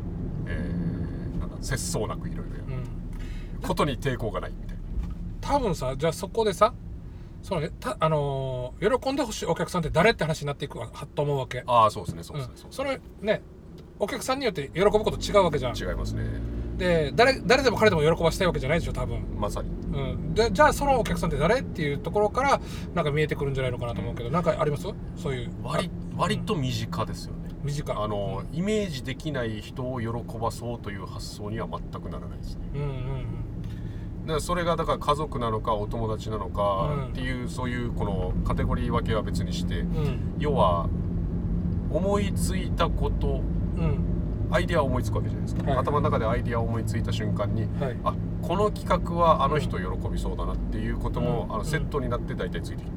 う、節操なくいろいろやることに抵抗がないみたいな。 多分さ、じゃあそこでさ、その喜んでほしいお客さんって誰って話になっていくと思うわけ。 そうですね、そうですね。 それね、お客さんによって喜ぶこと違うわけじゃん。 違いますね。 で、誰でも彼でも喜ばしたいわけじゃないでしょ、多分。 まさに。 じゃあそのお客さんって誰っていうところからなんか見えてくるんじゃないのかなと思うけど、なんかあります？そういう割と身近ですよね。イメージできない人を喜ばそうという発想には全くならないですね。だからそれがだから家族なのかお友達なのかっていう、そういうこのカテゴリー分けは別にして、要は思いついたこと、アイデアを思いつくわけじゃないですか。頭の中でアイデアを思いついた瞬間に、この企画はあの人喜びそうだなっていうことも、セットになって大体ついてきます。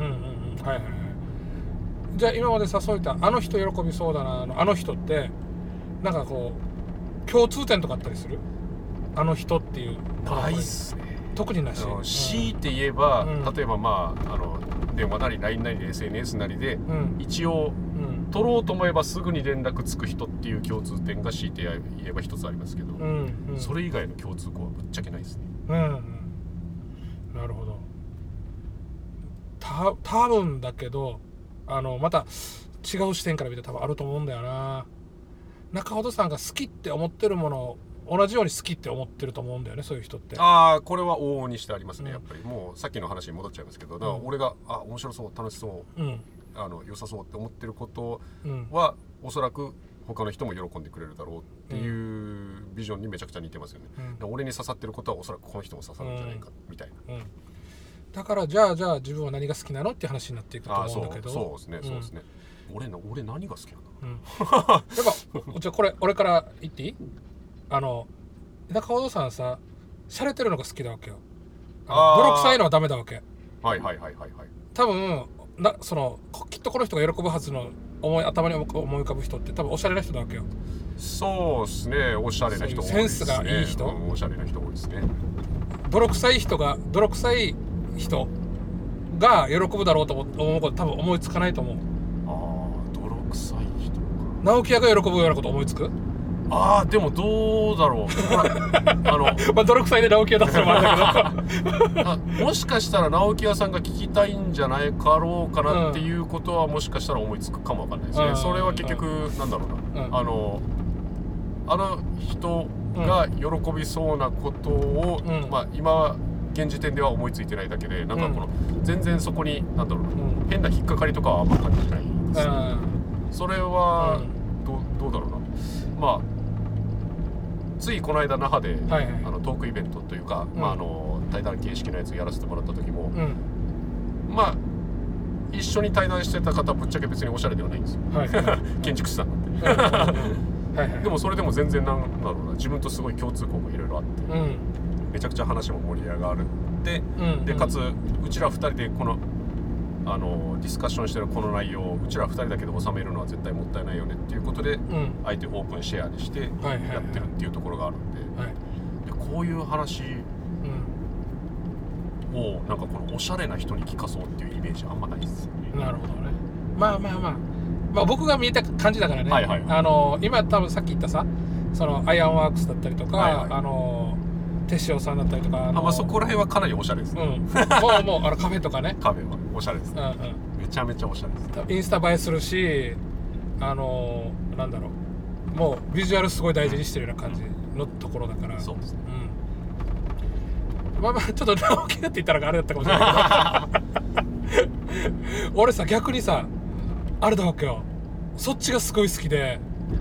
じゃあ今までさ、そういったあの人喜びそうだなあの人ってなんかこう共通点とかあったりする？あの人っていうないっすね。 特になし。 強いて言えば、例えば電話なり LINE なり SNS なりで、一応取ろうと思えばすぐに連絡つく人っていう共通点が強いて言えば一つありますけど、それ以外の共通項はぶっちゃけないですね。 なるほど。 多分だけどまた違う視点から見て多分あると思うんだよな。中本さんが好きって思ってるものを同じように好きって思ってると思うんだよね、そういう人って。 ああ、これは往々にしてありますね、やっぱり。もうさっきの話に戻っちゃいますけど、だから俺が面白そう、楽しそう、良さそうって思ってることは、おそらく他の人も喜んでくれるだろうっていうビジョンにめちゃくちゃ似てますよね。俺に刺さってることはおそらくこの人も刺さるんじゃないかみたいな。 だからじゃあ自分は何が好きなのって話になっていくと思うんだけど。 そうですね。俺何が好きなの？ やっぱじゃあこれ俺から言っていい？中本さんさ、洒落てるのが好きなわけよ。泥臭いのはダメだわけ。 はい多分きっとこの人が喜ぶはずの頭に思い浮かぶ人って多分おしゃれな人だわけよ。 そうですね、おしゃれな人多いですね。 センスがいい人、 おしゃれな人多いですね。 泥臭い人が喜ぶだろうと思うこと多分思いつかないと思う。 泥臭い人か。 直樹屋が喜ぶようなこと思いつく？ でもどうだろう。 泥臭いで直樹屋出すのもあるんだけどもしかしたら直樹屋さんが聞きたいんじゃないかろうかなっていうことはもしかしたら思いつくかもわかんないですね。それは結局なんだろうな、あの人が喜びそうなことを、今現時点では思いついてないだけで、なんか全然そこになんだろうな、変な引っかかりとかはあんま感じないですね。それはどうだろうな。ついこの間那覇で、トークイベントというか、対談形式のやつやらせてもらった時も、一緒に対談してた方はぶっちゃけ別におしゃれではないんですよ、建築士さんなんで。でもそれでも全然なんだろうな、自分とすごい共通項もいろいろあって、めちゃくちゃ話も盛り上がるで、かつうちら2人でこのディスカッションしてるこの内容をうちら2人だけで収めるのは絶対もったいないよねっていうことで、相手オープンシェアにしてやってるっていうところがあるんで、でこういう話をなんかこのおしゃれな人に聞かそうっていうイメージあんまないですよね。 なるほどね。僕が見えた感じだからね、今多分さっき言ったさ、そのアイアンワークスだったりとか、手塩さんだったりとか、 そこら辺はかなりおしゃれですね。 もうカフェとかね、 カフェはおしゃれですね。めちゃめちゃおしゃれです。 インスタ映えするし、なんだろう、もうビジュアルすごい大事にしてるような感じのところだから。 そうですね。 ちょっと直樹だって言ったらあれだったかもしれないけど俺さ、逆にさあれだわけよ、そっちがすごい好きで、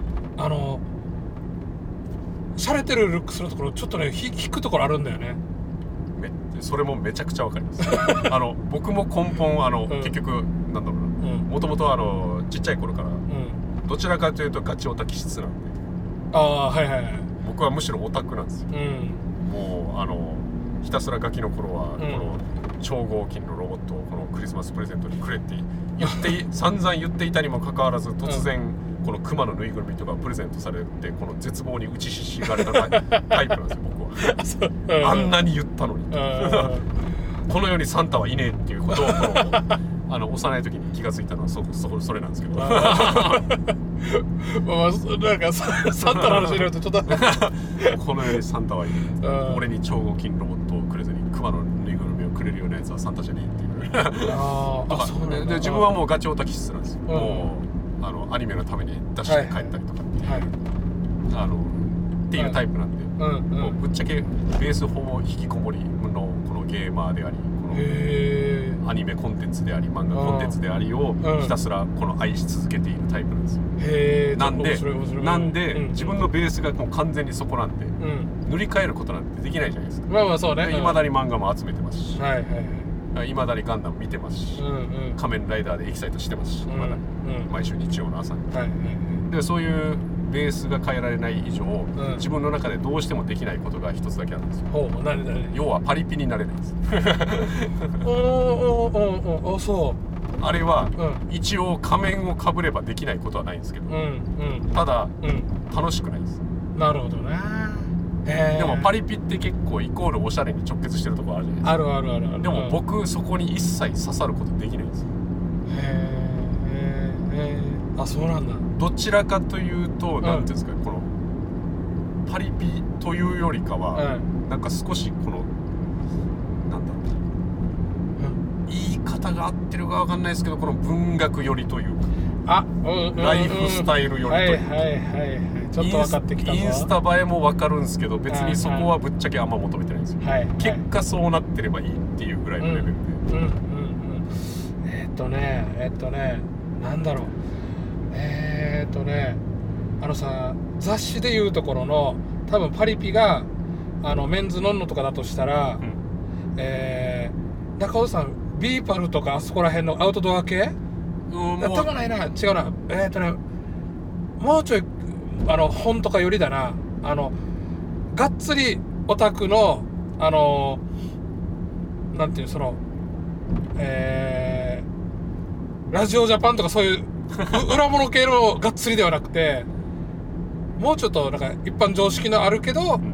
洒落てるルックスのところちょっとね引くところあるんだよね。 それもめちゃくちゃわかります僕も根本結局なんだろうな、もともとちっちゃい頃から、どちらかというとガチオタ気質なんで、僕はむしろオタクなんですよ。もうひたすらガキの頃は、この超合金のロボットをこのクリスマスプレゼントにくれって散々言っていたにもかかわらず、突然、このクマのぬいぐるみとかプレゼントされて、この絶望に打ちひしがれたタイプなんですよ、僕は。あんなに言ったのにこの世にサンタはいねえっていうことを幼い時に気がついたのはそれなんですけどなんかサンタの話になるとちょっとこの世にサンタはいねえ、俺に超合金ロボットをくれずにクマのぬいぐるみをくれるようなやつはサンタじゃねえっていうで自分はもうガチオタ気質なんですよ。もうアニメのために出して帰ったりとかっていうタイプなんで、もうぶっちゃけベースほぼ引きこもりのこのゲーマーであり、このアニメコンテンツであり漫画コンテンツでありをひたすらこの愛し続けているタイプなんですよ。なんで自分のベースがもう完全にそこなんで、塗り替えることなんてできないじゃないですか。 そうね。 いまだに漫画も集めてますし、いまだにガンダム見てますし、仮面ライダーでエキサイトしてますし、まだ毎週日曜の朝に。でそういうベースが変えられない以上、自分の中でどうしてもできないことが一つだけあるんですよ。要はパリピになれないんです。あれは、一応仮面をかぶればできないことはないんですけど、ただ、楽しくないです。 なるほどね。 でもパリピって結構イコールおしゃれに直結してるところあるじゃないですか。 ある。 でも僕そこに一切刺さることできないんですよ。 そうなんだ。 どちらかというと、なんていうんですか、このパリピというよりかは、なんか少しこのなんだろう、言い方方が合ってるかわかんないですけど、この文学寄りというか、 ライフスタイル寄りというか、 ちょっと分かってきたぞ。 インスタ映えも分かるんですけど、別にそこはぶっちゃけあんま求めてないんですよ、結果そうなってればいいっていうぐらいのレベルで、 なんだろう、さ、雑誌でいうところの多分パリピがメンズノンノとかだとしたら、中尾さんビーパルとかあそこら辺のアウトドア系、でもないな、違うな、もうちょい本とかよりだな、がっつりオタクのなんていう、そのラジオジャパンとかそういう裏物系のがっつりではなくて、もうちょっとなんか一般常識のあるけど、なん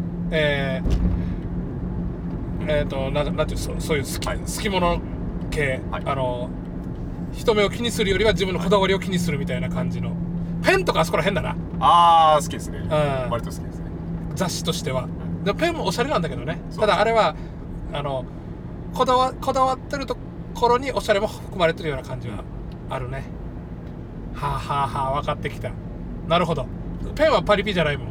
ていう、そういう好き物系、人目を気にするよりは自分のこだわりを気にするみたいな感じの、ペンとかあそこら辺だな。 好きですね、割と好きですね、 雑誌としては。でペンもおしゃれなんだけどね。ただあれはこだわってるところにおしゃれも含まれてるような感じはあるね。分かってきた。なるほど。ペンはパリピじゃないもん。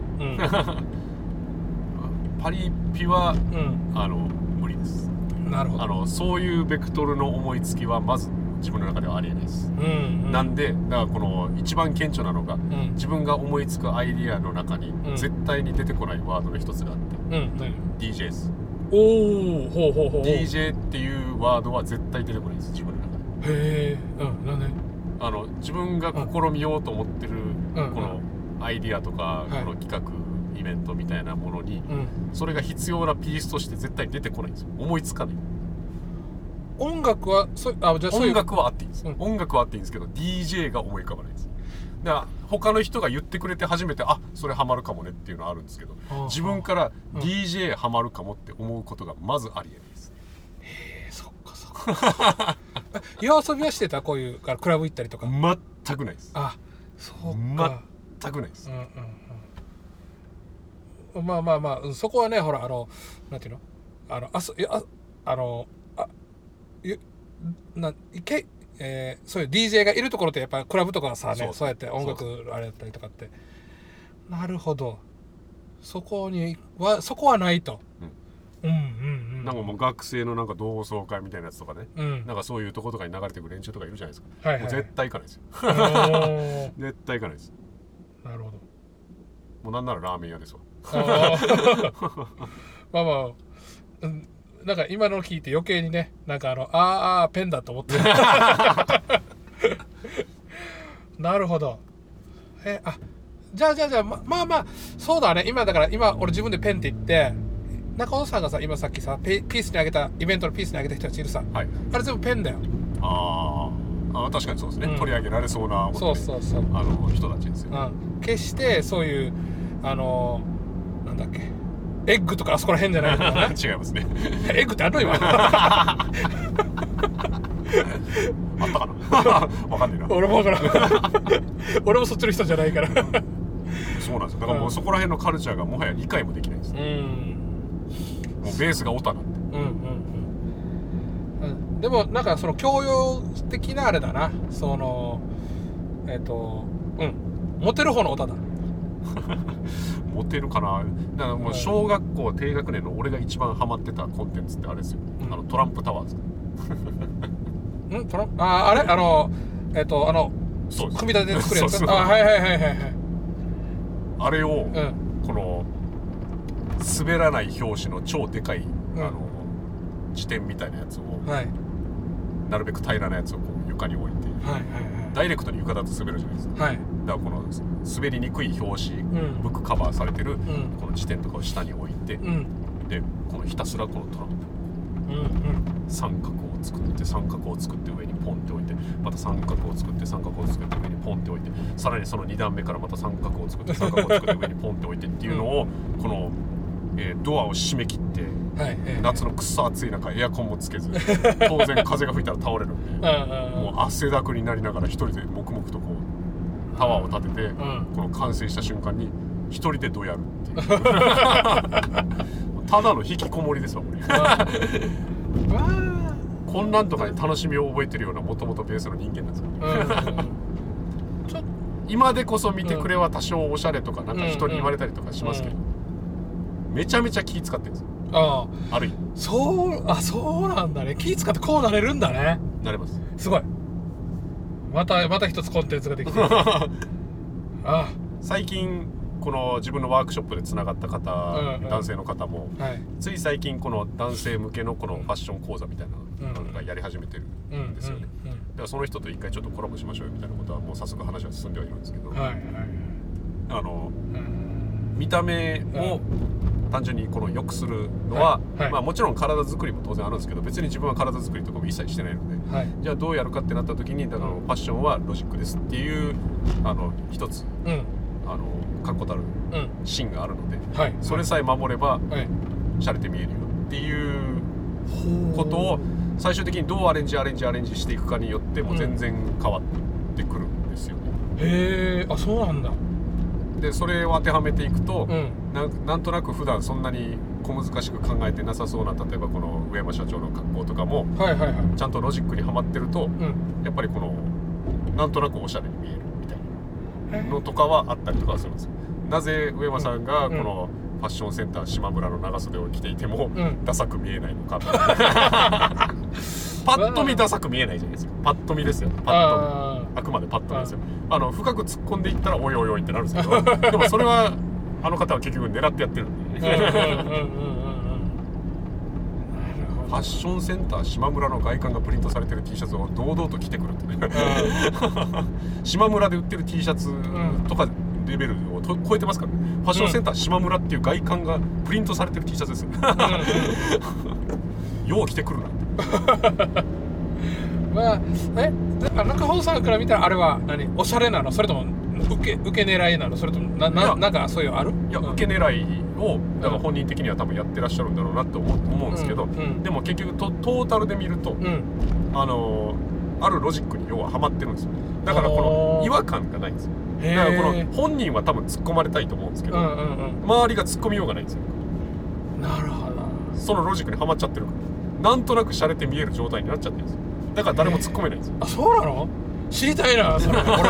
パリピは、無理です。 なるほど。 そういうベクトルの思いつきはまず自分の中ではありえないです、なんで、だからこの一番顕著なのが、自分が思いつくアイディアの中に絶対に出てこないワードの一つがあって、DJ です。DJ っていうワードは絶対出てこないです、自分の中で。 なんで？ 自分が試みようと思ってるこのアイディアとか、この企画イベントみたいなものに、それが必要なピースとして絶対出てこないんですよ。思いつかない。 音楽は音楽はあっていいんです、音楽はあっていいんですけど DJ が思い浮かばないです。だから他の人が言ってくれて初めてそれハマるかもねっていうのはあるんですけど、自分から DJ ハマるかもって思うことがまずありえないです。 そっか夜遊びはしてた？こういうクラブ行ったりとか？ 全くないです。 そうか、 全くないです。 そこはね、ほらなんていうの、そういう DJ がいるところってやっぱクラブとかはさね、そうやって音楽あれだったりとかって、なるほど、そこはないと。 なんかもう学生のなんか同窓会みたいなやつとかね、なんかそういうとことかに流れてくる連中とかいるじゃないですか。もう絶対行かないですよ。絶対行かないです。 なるほど。 もうなんならラーメン屋ですわ。 なんか今の聞いて余計にね、なんかペンだと思ってなるほど。じゃあそうだね。今俺自分でペンって言って、中尾さんがさ、今さっきさピースにあげた、イベントのピースにあげた人たちいるさ、あれ全部ペンだよ。 確かにそうですね、取り上げられそうな、 そう人たちですよ、 決してそういうなんだっけ、エッグとかあそこら辺じゃないからね違いますね。 エッグってあるの今あったかなわかんねえな。 俺もわからん俺もそっちの人じゃないからそうなんですよ。だからもうそこら辺のカルチャーがもはや理解もできないです、もうベースがオタなんで。 でもなんかその教養的なあれだな、そのモテる方のオタだモテるかな。だからもう小学校低学年の俺が一番ハマってたコンテンツってあれですよ、トランプタワーですトランプ、あれ組み立てて作るやつ。 あれを、この滑らない表紙の超でかい辞典みたいなやつを、なるべく平らなやつをこう床に置いて、ダイレクトに床だと滑るじゃないですか、だからこの滑りにくい表紙、ブックカバーされてる、この辞典とかを下に置いて、でこのひたすらこのトランプ、三角を作って三角を作って上にポンって置いて、また三角を作って三角を作って上にポンって置いて、さらにその2段目からまた三角を作って三角を作って上にポンって置いてっていうのを、この、ドアを閉め切って、夏のくっそ暑い中エアコンもつけず、当然風が吹いたら倒れるんでもう汗だくになりながら一人で黙々とこうタワーを建てて、この完成した瞬間に一人でどやるっていうただの引きこもりですわこれこ混乱とかに楽しみを覚えてるようなもともとベースの人間なんですよ、今でこそ見てくれは多少おしゃれとかなんか人に言われたりとかしますけど、めちゃめちゃ気使ってるんですよ。ある意味そうなんだね。気使ってこうなれるんだね。 なれます。 すごい。また一つコンテンツができて最近この自分のワークショップでつながった方、男性の方も、つい最近この男性向けのこのファッション講座みたいなのがやり始めてるんですよね。だからその人と一回ちょっとコラボしましょうよみたいなことはもう早速話は進んではいるんですけど、見た目を単純にこの良くするのは、まあもちろん体作りも当然あるんですけど、別に自分は体作りとかも一切してないので、じゃあどうやるかってなった時に、だからファッションはロジックですっていう一つ、確固たる芯があるので、それさえ守れば洒落て見えるよっていうことを最終的にどうアレンジしていくかによっても全然変わってくるんですよね。 へえ、そうなんだ。 でそれを当てはめていくと、なんとなく普段そんなに小難しく考えてなさそうな、例えばこの上山社長の格好とかも、ちゃんとロジックにはまってると、やっぱりこのなんとなくおしゃれに見えるみたいなのとかはあったりとかするんですよ。なぜ上山さんがこのファッションセンター島村の長袖を着ていてもダサく見えないのかパッと見ダサく見えないじゃないですか。パッと見ですよ。あくまでパッと見ですよ。深く突っ込んでいったらおいおいおいってなるんですけどでもそれはあの方は結局狙ってやってるんでファッションセンター島村の外観がプリントされてる T シャツを堂々と着てくるってね島村で売ってる T シャツとかレベルを超えてますからね。ファッションセンター島村っていう外観がプリントされてる T シャツですよよう着てくるなまあ中穂さんから見たらあれはおしゃれなの、それとも受け狙いなの、それともなんかそういうある？ いや、受け狙いをだから本人的には多分やってらっしゃるんだろうなって思うんですけど、でも結局トータルで見ると、あるロジックに要はハマってるんですよ。だからこの違和感がないんですよ。だからこの本人は多分突っ込まれたいと思うんですけど、周りが突っ込みようがないんですよ。なるほど。そのロジックにはまっちゃってるから、なんとなく洒落て見える状態になっちゃってるんですよ。だから誰も突っ込めないんですよ。 そうなの？知りたいなそれ。俺も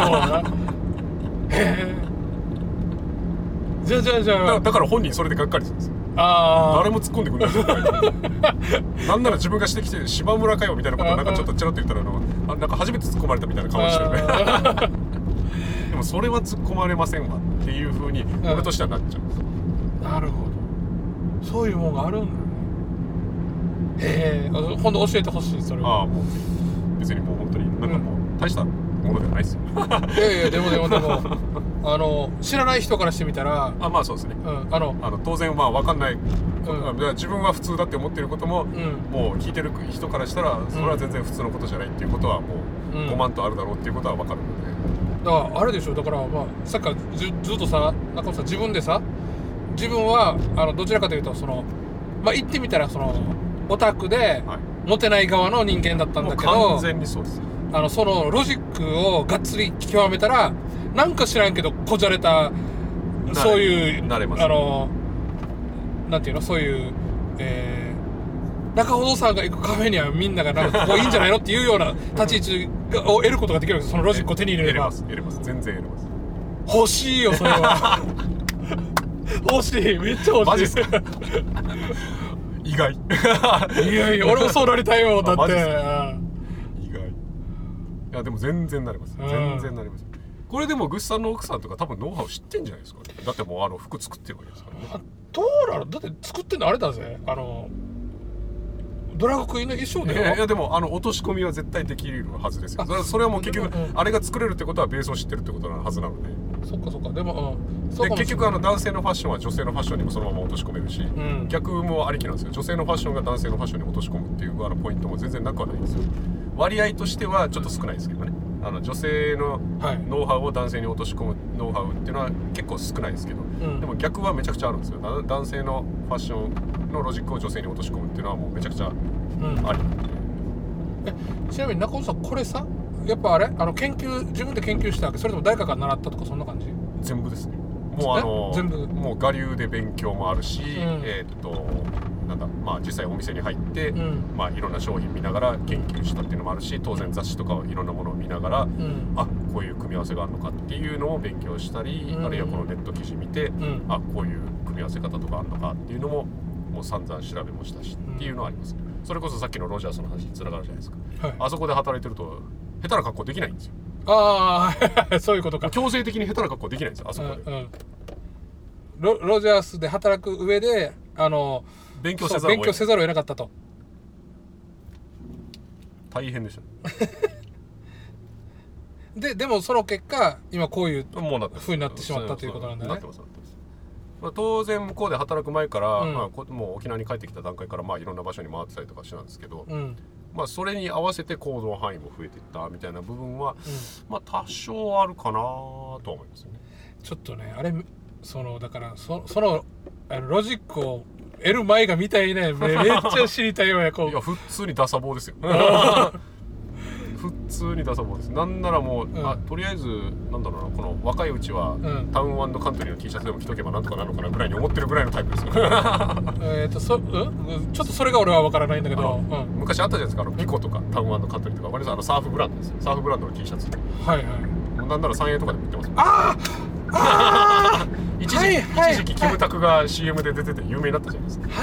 じゃあだから本人それでがっかりするんですよ。誰も突っ込んでくれないなんなら自分がしてきて島村かよみたいなことをなんかちょっとチラッと言ったらなんか初めて突っ込まれたみたいな顔してるねでもそれは突っ込まれませんわっていう風に俺としてはなっちゃうんです。 なるほど、そういうもんがあるんだね。今度教えてほしい。それはもう別にもう本当になんかもう大したものではないですよでも知らない人からしてみたらまあそうですね、当然まあ分かんない、自分は普通だって思ってることも、もう聞いてる人からしたらそれは全然普通のことじゃないっていうことはもう5万とあるだろうっていうことは分かるので、 だからあれでしょ。だからまあさっきからずっとさ中尾さん自分はどちらかというと言ってみたらオタクでモテない側の人間だったんだけど、 完全にそうです。 そのロジックをがっつり極めたらなんか知らんけどこじゃれたそういうなんていうの、そういう中尾さんが行くカフェにはみんながなんかここいいんじゃないのっていうような立ち位置を得ることができるんです。そのロジックを手に入れれば。 得れます全然得れます。 欲しいよそれは欲しい、めっちゃ欲しい。マジっすか意外いや俺もそうなりたいよだって意外。いやでも全然なれます、全然なれます。これでもグッさんの奥さんとか多分ノウハウ知ってんじゃないですかね。だってもう服作ってるわけですからね。どうなの？だって作ってんのあれだぜ、ドラァグクイーンの衣装で。 いやでも落とし込みは絶対できるはずですよ。それはもう結局あれが作れるってことはベースを知ってるってことなはずなので。 そっかでもで結局男性のファッションは女性のファッションにもそのまま落とし込めるし、逆もありきなんですよ。女性のファッションが男性のファッションに落とし込むっていうポイントも全然なくはないんですよ。割合としてはちょっと少ないですけどね。女性のノウハウを男性に落とし込むノウハウっていうのは結構少ないですけど、でも逆はめちゃくちゃあるんですよ。男性のファッションのロジックを女性に落とし込むっていうのはもうめちゃくちゃありなんで。 ちなみに中尾さんこれさ、やっぱあれ自分で研究したわけ？それとも誰かが習ったとかそんな感じ？ 全部ですね。もう全部もう我流で勉強もあるし、なんなんだ、まあ、実際お店に入って、まあ、いろんな商品見ながら研究したっていうのもあるし、当然雑誌とかいろんなものを見ながら、あ、こういう組み合わせがあるのかっていうのを勉強したり、あるいはこのネット記事見て、あ、こういう組み合わせ方とかあるのかっていうのももう散々調べもしたしっていうのはあります。それこそさっきのロジャースの話につながるじゃないですか、はい、あそこで働いてると下手な格好できないんですよ。 ああそういうことか。 強制的に下手な格好できないんですよ、あそこで。 ロジャースで働く上で勉強せざるを得なかったと。 大変でした、 でもその結果今こういう風になってしまったということなんだね。 まあ、当然向こうで働く前から、まあ、もう沖縄に帰ってきた段階からまあいろんな場所に回ってたりとかしてたんですけど、まあ、それに合わせて行動範囲も増えていったみたいな部分は、まあ多少あるかなとは思いますよね。 ちょっとねあれだからそのロジックを得る前が見たいね。めっちゃ知りたいわよ。 いや普通にダサ棒ですよ普通にダサ棒です。なんならもう、とりあえずなんだろうな、この若いうちは、タウン&カントリーの T シャツでも着とけばなんとかなるのかなぐらいに思ってるぐらいのタイプですよちょっとそれが俺は分からないんだけど、 昔あったじゃないですか、ピコとかタウン&カントリーとか、割とサーフブランドですよ。サーフブランドの T シャツ、 はいはい、 なんなら3円とかでも売ってますもん。一時期キムタクが CM で出てて有名になったじゃないですか。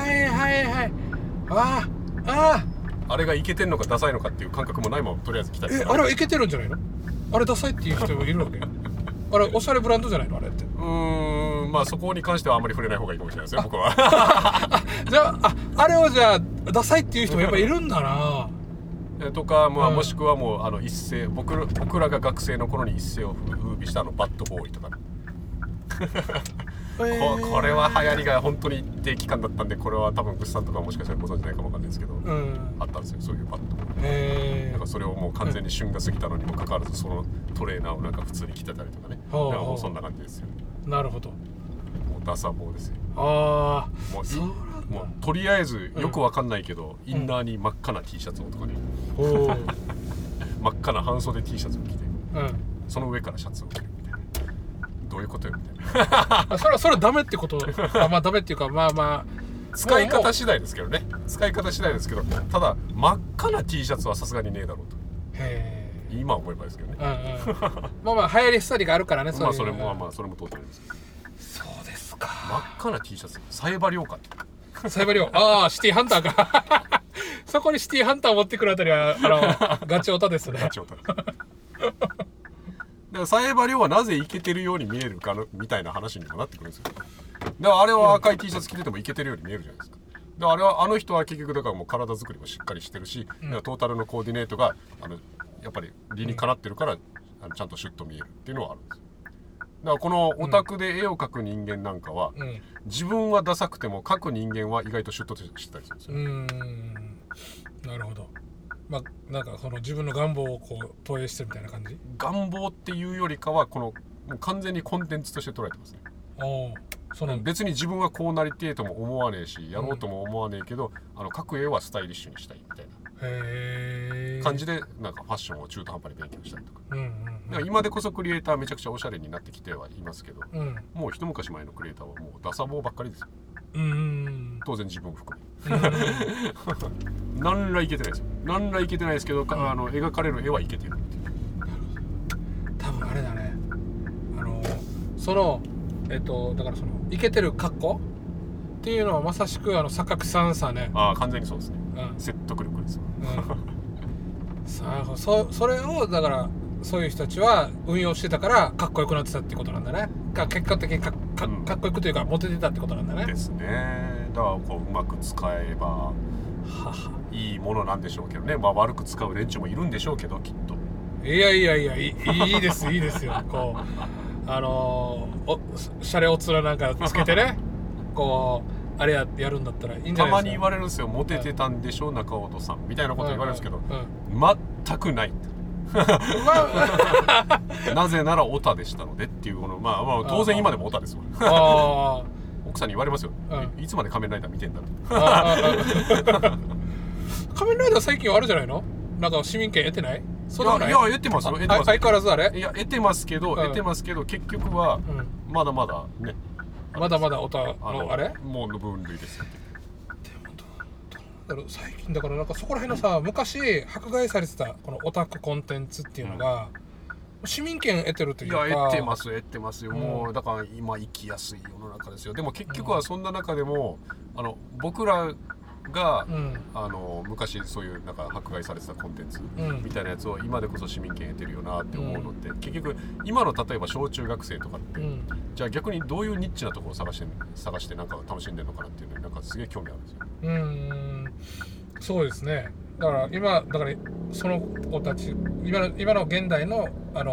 あれがイケてんのかダサいのかっていう感覚もないままとりあえず来たり。 あれはイケてるんじゃないの？あれダサいっていう人もいるわけあれおしゃれブランドじゃないのあれって。 まあそこに関してはあんまり触れない方がいいかもしれないですよ、僕はじゃああれをじゃあダサいっていう人もやっぱいるんだなとか、まあ、もしくはもう一世僕らが学生の頃に一世を風靡したバッドボーイとかねこれは流行りが本当に一定期間だったんで、これは多分グッさんとかもしかしたらご存じないかもわかんないですけど、あったんですよ、そういうバッドボーイ。なんかそれをもう完全に旬が過ぎたのにもかかわらず、そのトレーナーをなんか普通に着てたりとかね、なんかもうそんな感じですよ。 なるほど。 もうダサ棒ですよ。 もうとりあえずよくわかんないけど、インナーに真っ赤な T シャツをとかね、真っ赤な半袖 T シャツを着て、その上からシャツを着るみたいな。どういうことよみたいなそれダメってこと？まあダメっていうか、まあ使い方次第ですけどね。使い方次第ですけど、ただ真っ赤な T シャツはさすがにねえだろうと。今思えばですけどね。 まあ流行り廃りがあるからね。 まあそれも当然ですけど。 そうですか。 真っ赤な T シャツ、サイバリョウか。 サイバリョウ、シティハンターかそこにシティハンターを持ってくるあたりはガチオタですね。ガチオタだからサイバリョウはなぜイケてるように見えるかみたいな話にもなってくるんですよ。だからあれは赤い T シャツ着ててもイケてるように見えるじゃないですか。だからあれはあの人は結局だからもう体作りもしっかりしてるし、トータルのコーディネートがやっぱり理にかなってるからちゃんとシュッと見えるっていうのはあるんですよ。だからこのオタクで絵を描く人間なんかは、自分はダサくても描く人間は意外とシュッとしてたりするんですよ。 なるほど。まあなんかその自分の願望をこう投影してるみたいな感じ。 願望っていうよりかはもう完全にコンテンツとして捉えてますね。別に自分はこうなりてえとも思わねえし、やろうとも思わねえけど、描く絵はスタイリッシュにしたいみたいな感じでなんかファッションを中途半端に勉強したりとか。だから今でこそクリエイターめちゃくちゃおしゃれになってきてはいますけど、もう一昔前のクリエイターはもうダサ棒ばっかりですよ。当然自分も含め何らいけてないですよ。何らいけてないですけど、描かれる絵はいけてるっていう。 多分あれだね、だからそのイケてる格好っていうのはまさしく榊さんさね。 完全にそうですね。説得力ですよ。 それをだからそういう人たちは運用してたからかっこよくなってたってことなんだね。結果的にかっこよくというかモテてたってことなんだね。 ですね。だからこううまく使えばいいものなんでしょうけどね。まあ悪く使う連中もいるんでしょうけど、きっと。 いやいいですよ。こうシャレオツななんかつけてねこうあれやるんだったらいいんじゃないですか。 たまに言われるんですよ。モテてたんでしょ中尾さんみたいなこと言われるんですけど、全くないなぜならオタでしたのでっていうまあ当然今でもオタですよ。奥さんに言われますよ。いつまで仮面ライダー見てんだって。 仮面ライダー最近あるじゃないの。なんか市民権得てない？ いや得てますよ。 相変わらずあれ？ いや得てますけど結局はまだまだね。 まだまだオタのあれ？ もうの分類ですよ。っだろう最近だからなんかそこら辺のさ昔迫害されてたこのオタクコンテンツっていうのが、市民権得てるというか。 いや得てますよ、もうだから今生きやすい世の中ですよ。でも結局はそんな中でも僕らが、昔そういうなんか迫害されてたコンテンツみたいなやつを今でこそ市民権得てるよなって思うのって、結局今の例えば小中学生とかって、じゃあ逆にどういうニッチなところを探してなんか楽しんでるのかなっていうのになんかすげえ興味あるんですよ。 そうですね。だからその子たち今の現代の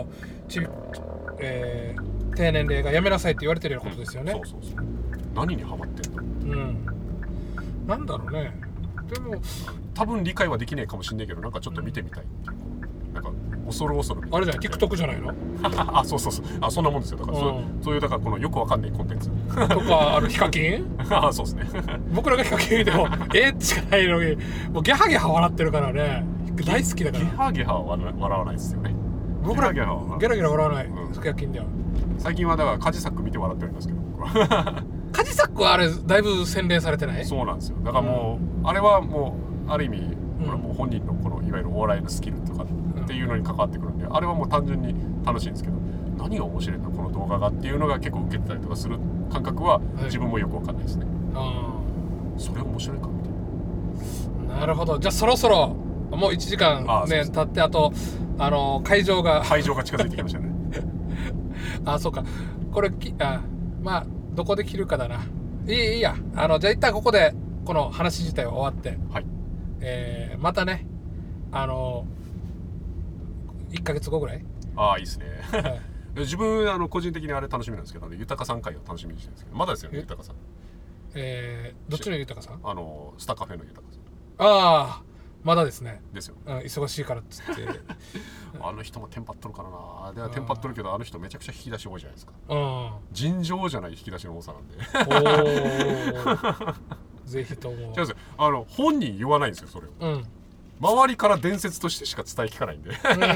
低年齢がやめなさいって言われてるようなことですよね。 そう何にハマってんの。 なんだろうね。でも多分理解はできないかもしれないけどなんかちょっと見てみたいっていうなんか恐るあれじゃない TikTok じゃないのあそうそんなもんですよ。だからそういうだからこのよくわかんないコンテンツとかヒカキンそうですね僕らがヒカキン見てもってしかないのにもうギャハギャハ笑ってるからね。大好きだからギハギハは笑わないですよね。 僕らギャラギャラ笑わないヒカキンでは。 最近はだからカジサック見て笑っておりますけど僕はカジサックはあれだいぶ洗練されてない？ そうなんですよ。だからもう、あれはもうある意味、もう本人のこのいわゆるお笑いのスキルとかっていうのに関わってくるんで、あれはもう単純に楽しいんですけど、何が面白いのこの動画がっていうのが結構受けてたりとかする感覚は自分もよくわかんないですね。それ面白いかみたいな。 なるほど。じゃあそろそろもう1時間ね経ってあと会場が近づいてきましたねそうか。これまあどこで切るかだな。いいや。じゃあ一旦ここでこの話自体は終わって、 はい、 またね1ヶ月後ぐらい。 いいですね、はい、自分個人的にあれ楽しみなんですけど、豊さん会を楽しみにしてるんですけど、まだですよね豊さん。 どっちの豊さん？ スタカフェの豊さん。 まだですね。 ですよ。 忙しいからっつってあの人もテンパっとるからな。ではテンパっとるけど、あの人めちゃくちゃ引き出し多いじゃないですか。尋常じゃない引き出しの多さなんでぜひとも。 違うんですよ。本人言わないんですよそれを。周りから伝説としてしか伝え聞かないんで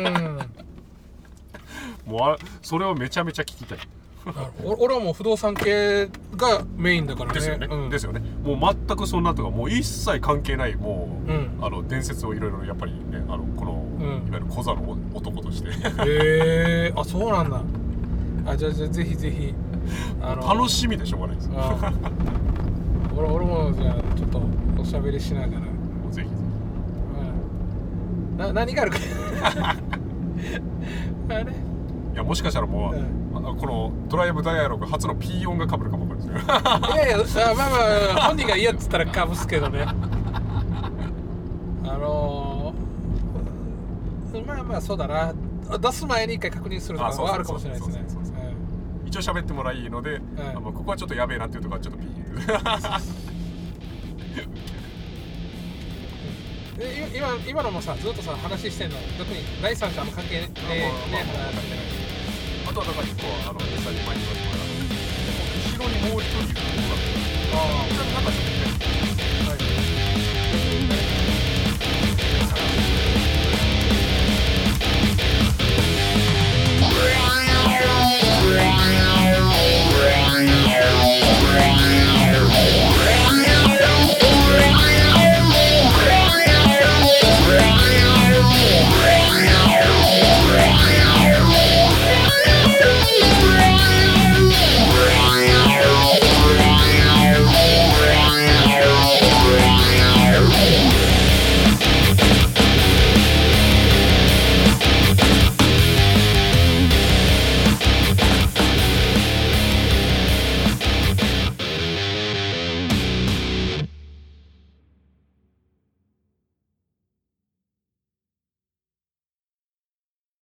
もうそれをめちゃめちゃ聞きたい。 俺はもう不動産系がメインだからね。 ですよね。もう全くそんなとかもう一切関係ないもう、伝説をいろいろやっぱりねこの、いわゆる小座の男としてそうなんだ。じゃあぜひぜひ楽しみでしょうがないです俺もじゃあちょっとおしゃべりしながらもうぜひぜひ何があるかあれいやもしかしたらもう、このドライブダイアログ初の P 音が被るかもわかるんですよまあ本人が嫌って言ったら被すけどねまあそうだな、出す前に一回確認するとかはあるかもしれないですね。 一応喋ってもらいいので、ここはちょっとやべえなっていうところはちょっと P 今のもさずっとさ話してんの特に第三者の関係ねあとはだから一個実際に前に言われてもらう後ろにもう一人いるのがなんか